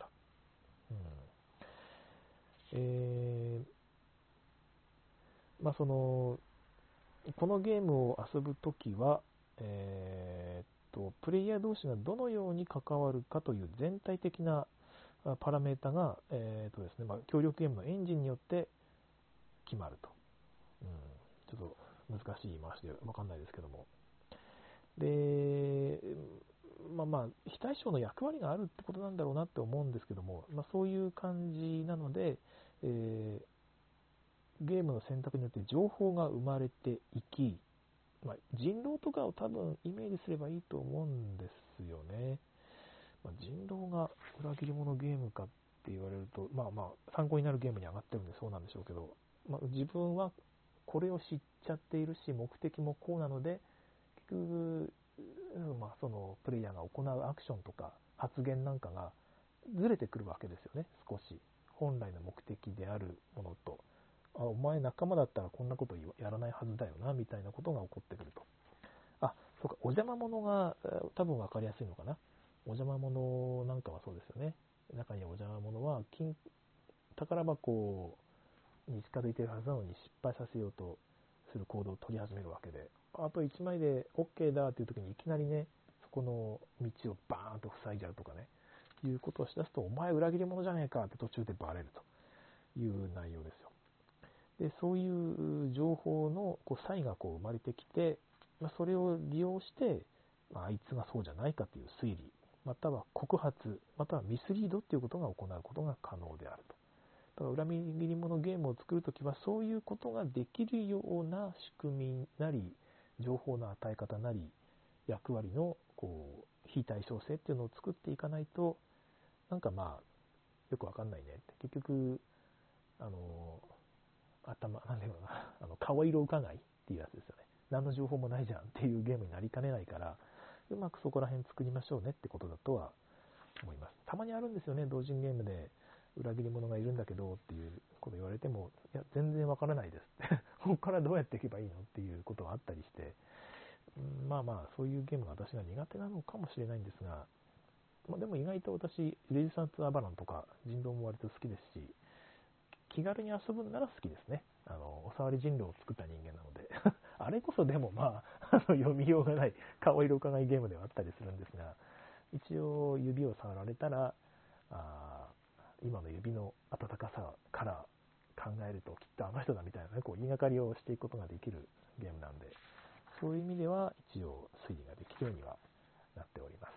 そのこのゲームを遊ぶときは、プレイヤー同士がどのように関わるかという全体的なパラメータが、ですね、協力ゲームのエンジンによって決まると。ちょっと難しい言い回しで分かんないですけども。で、非対称の役割があるってことなんだろうなって思うんですけども、そういう感じなので、ゲームの選択によって情報が生まれていき、人狼とかを多分イメージすればいいと思うんですよね。人狼が裏切り者ゲームかって言われると、参考になるゲームに上がってるんでそうなんでしょうけど、自分はこれを知っちゃっているし、目的もこうなので、結局、そのプレイヤーが行うアクションとか発言なんかがずれてくるわけですよね、少し。本来の目的であるものと。お前仲間だったらこんなことやらないはずだよなみたいなことが起こってくると。そうか、お邪魔者が多分分かりやすいのかな。お邪魔者なんかはそうですよね。中にお邪魔者は宝箱に近づいているはずなのに失敗させようとする行動を取り始めるわけで、あと1枚で OK だっていう時にいきなりね、そこの道をバーンと塞いじゃうとかね、いうことをしだすと、お前裏切り者じゃねえかって途中でバレるという内容ですよ。で、そういう情報の差異が生まれてきて、それを利用して、あいつがそうじゃないかという推理、または告発、またはミスリードということが行うことが可能であると。だから裏切り者ゲームを作るときはそういうことができるような仕組みなり、情報の与え方なり、役割の非対称性っていうのを作っていかないと、よくわかんないねって。結局、なんだろうな、顔色伺いっていうやつですよね。何の情報もないじゃんっていうゲームになりかねないから、うまくそこら辺作りましょうねってことだとは思います。たまにあるんですよね、同人ゲームで裏切り者がいるんだけどっていうこと言われても、いや、全然わからないですって。ここからどうやっていけばいいのっていうことがあったりして、そういうゲームが私が苦手なのかもしれないんですが、でも意外と私、レジスタンス・アバランとか人狼も割と好きですし、気軽に遊ぶなら好きですね。おさわり人狼を作った人間なので。あれこそでも読みようがない顔色伺いゲームではあったりするんですが、一応指を触られたら、今の指の温かさから考えるときっとあの人だみたいなね、言いがかりをしていくことができるゲームなんで、そういう意味では一応推理ができるようにはなっております。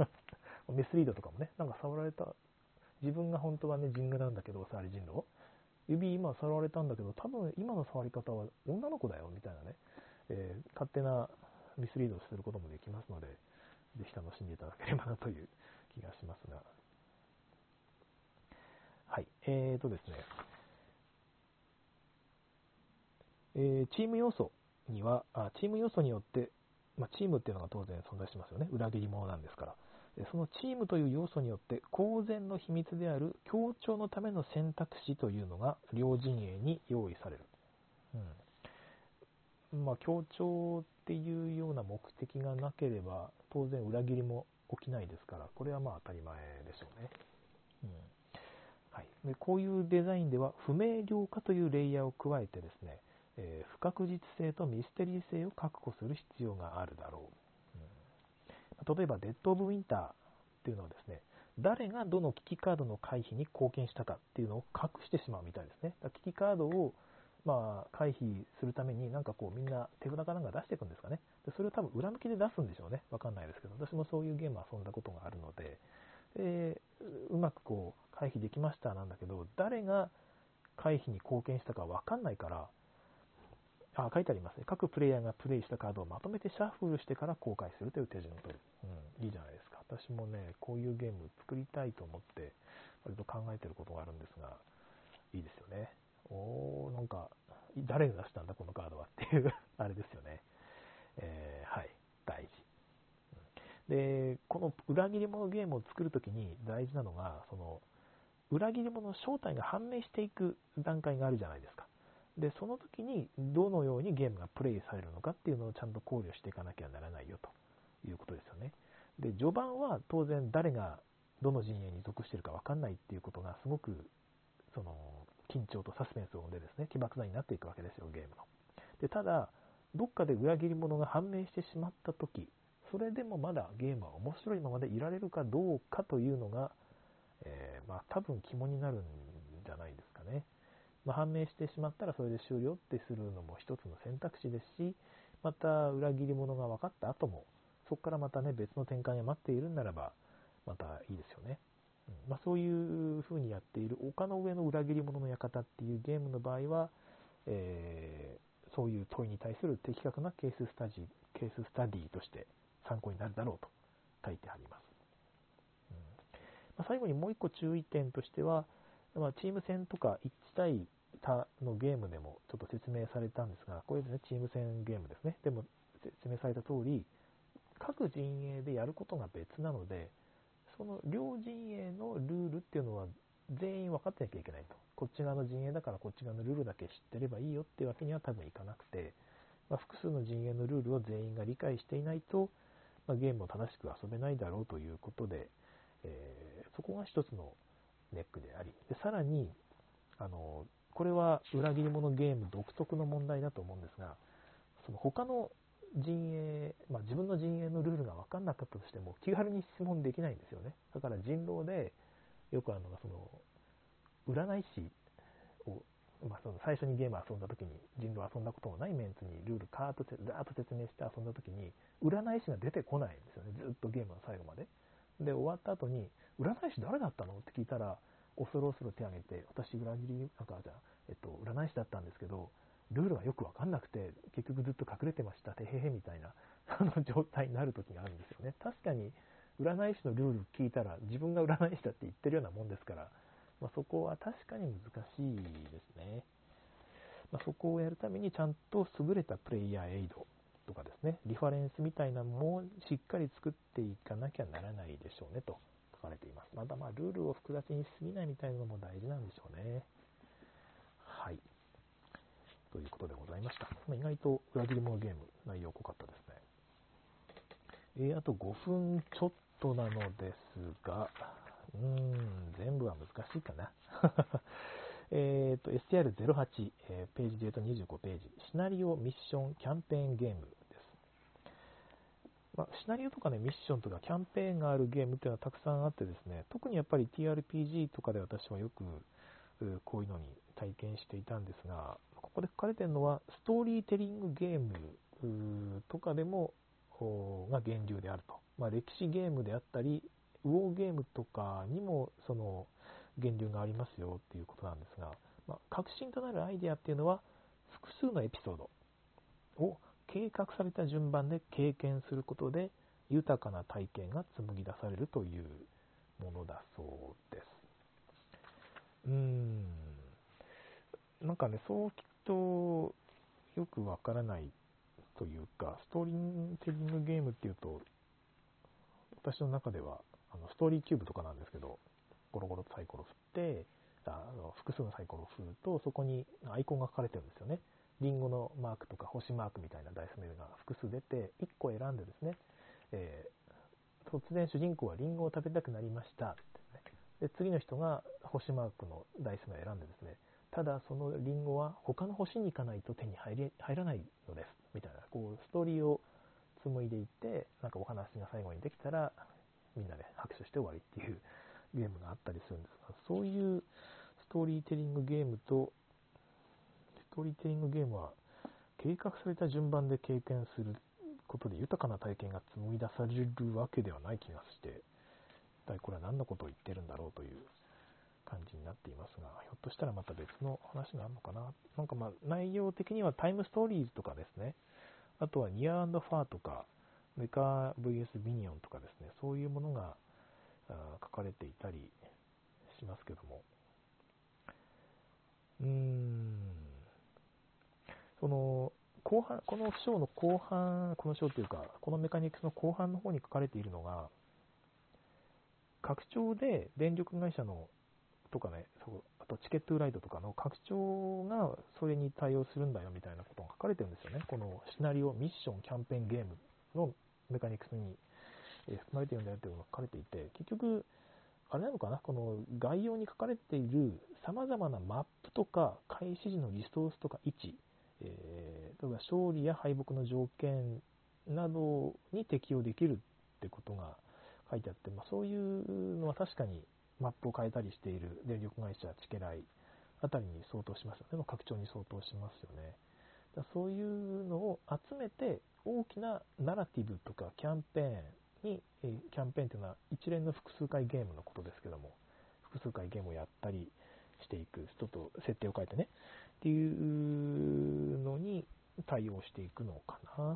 ミスリードとかもね、触られた、自分が本当はね、人狼なんだけど、おさわり人狼指今触られたんだけど、多分今の触り方は女の子だよみたいなね、勝手なミスリードすることもできますので、 ぜひ楽しんでいただければなという気がしますが。はい。ですね。チーム要素には、チーム要素によって、チームっていうのが当然存在しますよね。裏切り者なんですから。そのチームという要素によって公然の秘密である協調のための選択肢というのが両陣営に用意される。協調っていうような目的がなければ当然裏切りも起きないですから、これは当たり前でしょうね。はい、でこういうデザインでは不明瞭化というレイヤーを加えてですね、不確実性とミステリー性を確保する必要があるだろう。例えばデッド・オブ・ウィンターっていうのはですね、誰がどの危機カードの回避に貢献したかっていうのを隠してしまうみたいですね。危機カードを回避するためにみんな手札かなんか出していくんですかね。でそれを多分裏向きで出すんでしょうね。わかんないですけど、私もそういうゲーム遊んだことがあるので、うまく回避できましたなんだけど、誰が回避に貢献したかわかんないから、書いてありますね。各プレイヤーがプレイしたカードをまとめてシャッフルしてから公開するという手順を取る。いいじゃないですか。私もね、こういうゲーム作りたいと思って割と考えてることがあるんですが、いいですよね。誰が出したんだこのカードはっていうあれですよね。はい、大事。で、この裏切り者ゲームを作るときに大事なのが、その裏切り者の正体が判明していく段階があるじゃないですか。で、その時にどのようにゲームがプレイされるのかっていうのをちゃんと考慮していかなきゃならないよということですよね。で、序盤は当然誰がどの陣営に属しているか分かんないっていうことがすごく緊張とサスペンスを生んでですね、起爆剤になっていくわけですよ、ゲームの。で、ただ、どっかで裏切り者が判明してしまったとき、それでもまだゲームは面白いままでいられるかどうかというのが、多分肝になるんじゃないですかね。判明してしまったらそれで終了ってするのも一つの選択肢ですし、また裏切り者が分かった後も、そこからまたね、別の展開が待っているならば、またいいですよね。そういう風にやっている丘の上の裏切り者の館っていうゲームの場合は、そういう問いに対する的確なケーススタディとして参考になるだろうと書いてあります。最後にもう一個注意点としては、チーム戦とか1対他のゲームでもちょっと説明されたんですが、これですね、チーム戦ゲームですね。でも説明された通り、各陣営でやることが別なので、その両陣営のルールっていうのは全員分かってなきゃいけないと。こっち側の陣営だからこっち側のルールだけ知ってればいいよっていうわけには多分いかなくて、複数の陣営のルールを全員が理解していないと、ゲームを正しく遊べないだろうということで、そこが一つのネックであり、でさらにこれは裏切り者ゲーム独特の問題だと思うんですが、その他の陣営、自分の陣営のルールが分かんなかったとしても気軽に質問できないんですよね。だから人狼でよくあるのが占い師を、最初にゲーム遊んだ時に人狼遊んだこともないメンツにルールカーッとザーッと説明して遊んだ時に占い師が出てこないんですよね。ずっとゲームの最後まで。で終わった後に占い師誰だったのって聞いたら恐る恐る手を挙げて、私占い師だったんですけどルールがよく分かんなくて結局ずっと隠れてましたてへへみたいな状態になる時があるんですよね。確かに占い師のルール聞いたら自分が占い師だって言ってるようなもんですから、そこは確かに難しいですね。そこをやるためにちゃんと優れたプレイヤーエイドとかですね、リファレンスみたいなのもしっかり作っていかなきゃならないでしょうねと書かれています。またルールを複雑にしすぎないみたいなのも大事なんでしょうね。はい。ということでございました。意外と裏切り者ゲーム内容濃かったですね。あと5分ちょっとなのですが、全部は難しいかな。STR08、ページで言うと25ページ。シナリオ、ミッション、キャンペーンゲームです。シナリオとかね、ミッションとかキャンペーンがあるゲームっていうのはたくさんあってですね、特にやっぱり TRPG とかで私はよくこういうのに体験していたんですが、ここで書かれているのはストーリーテリングゲームとかでもが源流であると。歴史ゲームであったり、ウォーゲームとかにもその源流がありますよっていうことなんですが、核心となるアイデアっていうのは複数のエピソードを計画された順番で経験することで豊かな体験が紡ぎ出されるというものだそうです。なんかね、そう聞くとよくわからないというか、ストーリーテリングゲームっていうと、私の中ではストーリーキューブとかなんですけど、ゴロゴロとサイコロ振って、複数のサイコロを振ると、そこにアイコンが書かれてるんですよね。リンゴのマークとか星マークみたいなダイス目が複数出て、1個選んでですね、突然主人公はリンゴを食べたくなりましたって、ね、で次の人が星マークのダイス目を選んでですね、ただそのリンゴは他の星に行かないと手に入らないのですみたいな、こうストーリーを紡いでいって、なんかお話が最後にできたらみんなで拍手して終わりっていうゲームがあったりするんですが、そういうストーリーテリングゲームは計画された順番で経験することで豊かな体験が紡ぎ出されるわけではない気がして、一体これは何のことを言ってるんだろうという感じになっていますが、ひょっとしたらまた別の話があるのかな。なんか内容的にはタイムストーリーズとかですね、あとはニア&ファーとかメカ VS ミニオンとかですね、そういうものが書かれていたりしますけども、その後半、この章の後半、この章というかこのメカニクスの後半の方に書かれているのが、拡張で電力会社のとかね、あとチケットライトとかの拡張がそれに対応するんだよみたいなことが書かれてるんですよね。このシナリオ、ミッション、キャンペーンゲームのメカニクスに含まれているんだよというのが書かれていて、結局あれなのかな、この概要に書かれている様々なマップとか開始時のリソースとか位置、例えば勝利や敗北の条件などに適用できるってことが書いてあって、そういうのは確かにマップを変えたりしている電力会社、チケライあたりに相当しますよね、拡張に相当しますよね。そういうのを集めて大きなナラティブとかキャンペーンに、キャンペーンというのは一連の複数回ゲームのことですけども、複数回ゲームをやったりしていく、ちょっと設定を変えてねっていうのに対応していくのかな。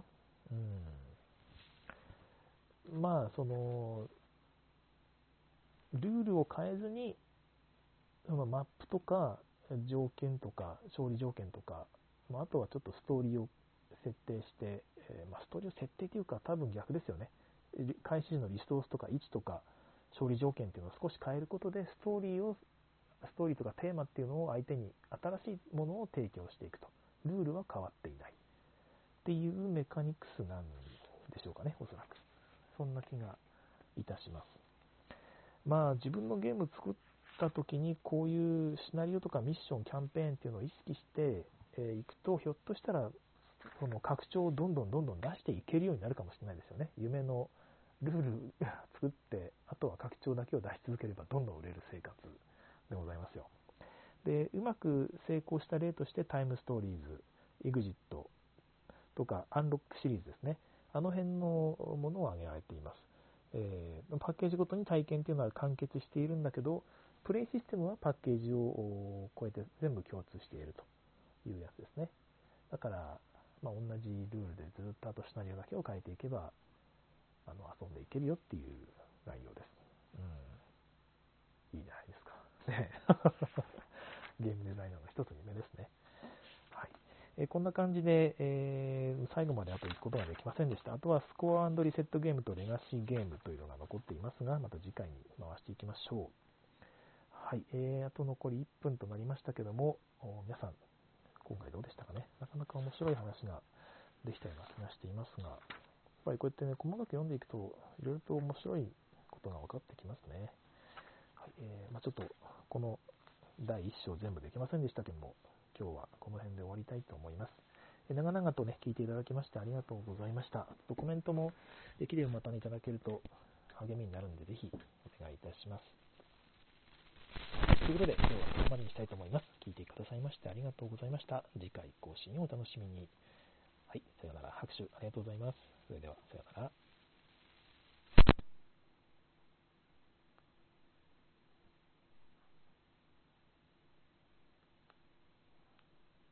そのルールを変えずに、そのマップとか条件とか勝利条件とか、あとはちょっとストーリーを設定して、ストーリーを設定というか多分逆ですよね。開始時のリソースとか位置とか勝利条件っていうのを少し変えることでストーリーとかテーマっていうのを相手に新しいものを提供していくと。ルールは変わっていないっていうメカニクスなんでしょうかね、おそらく。そんな気がいたします。自分のゲーム作った時にこういうシナリオとかミッション、キャンペーンっていうのを意識していくと、ひょっとしたらその拡張をどんどん出していけるようになるかもしれないですよね。夢のルール作って、あとは拡張だけを出し続ければどんどん売れる生活でございますよ。で、うまく成功した例としてタイムストーリーズ、エグジットとかアンロックシリーズですね。あの辺のものを挙げられています。パッケージごとに体験というのは完結しているんだけど、プレイシステムはパッケージを超えて全部共通しているというやつですね。だから、同じルールでずっとあとシナリオだけを変えていけば遊んでいけるよっていう内容です。いいじゃないですか。ねゲームデザイナーの一つに目ですね。はい。こんな感じで、最後まであと行くことができませんでした。あとはスコア&リセットゲームとレガシーゲームというのが残っていますが、また次回に回していきましょう。はい。あと残り1分となりましたけども、皆さん、今回どうでしたかね。なかなか面白い話ができたような気がしていますが、やっぱりこうやってね、細かく読んでいくと、いろいろと面白いことが分かってきますね。はい。ちょっと、この第1章全部できませんでしたけども、今日はこの辺で終わりたいと思います。長々とね、聞いていただきましてありがとうございました。コメントもできればまたいただけると励みになるので、ぜひお願いいたします。ということで、今日はここまでにしたいと思います。聞いてくださいましてありがとうございました。次回更新をお楽しみに。はい、さようなら。拍手ありがとうございます。それでは、さようなら。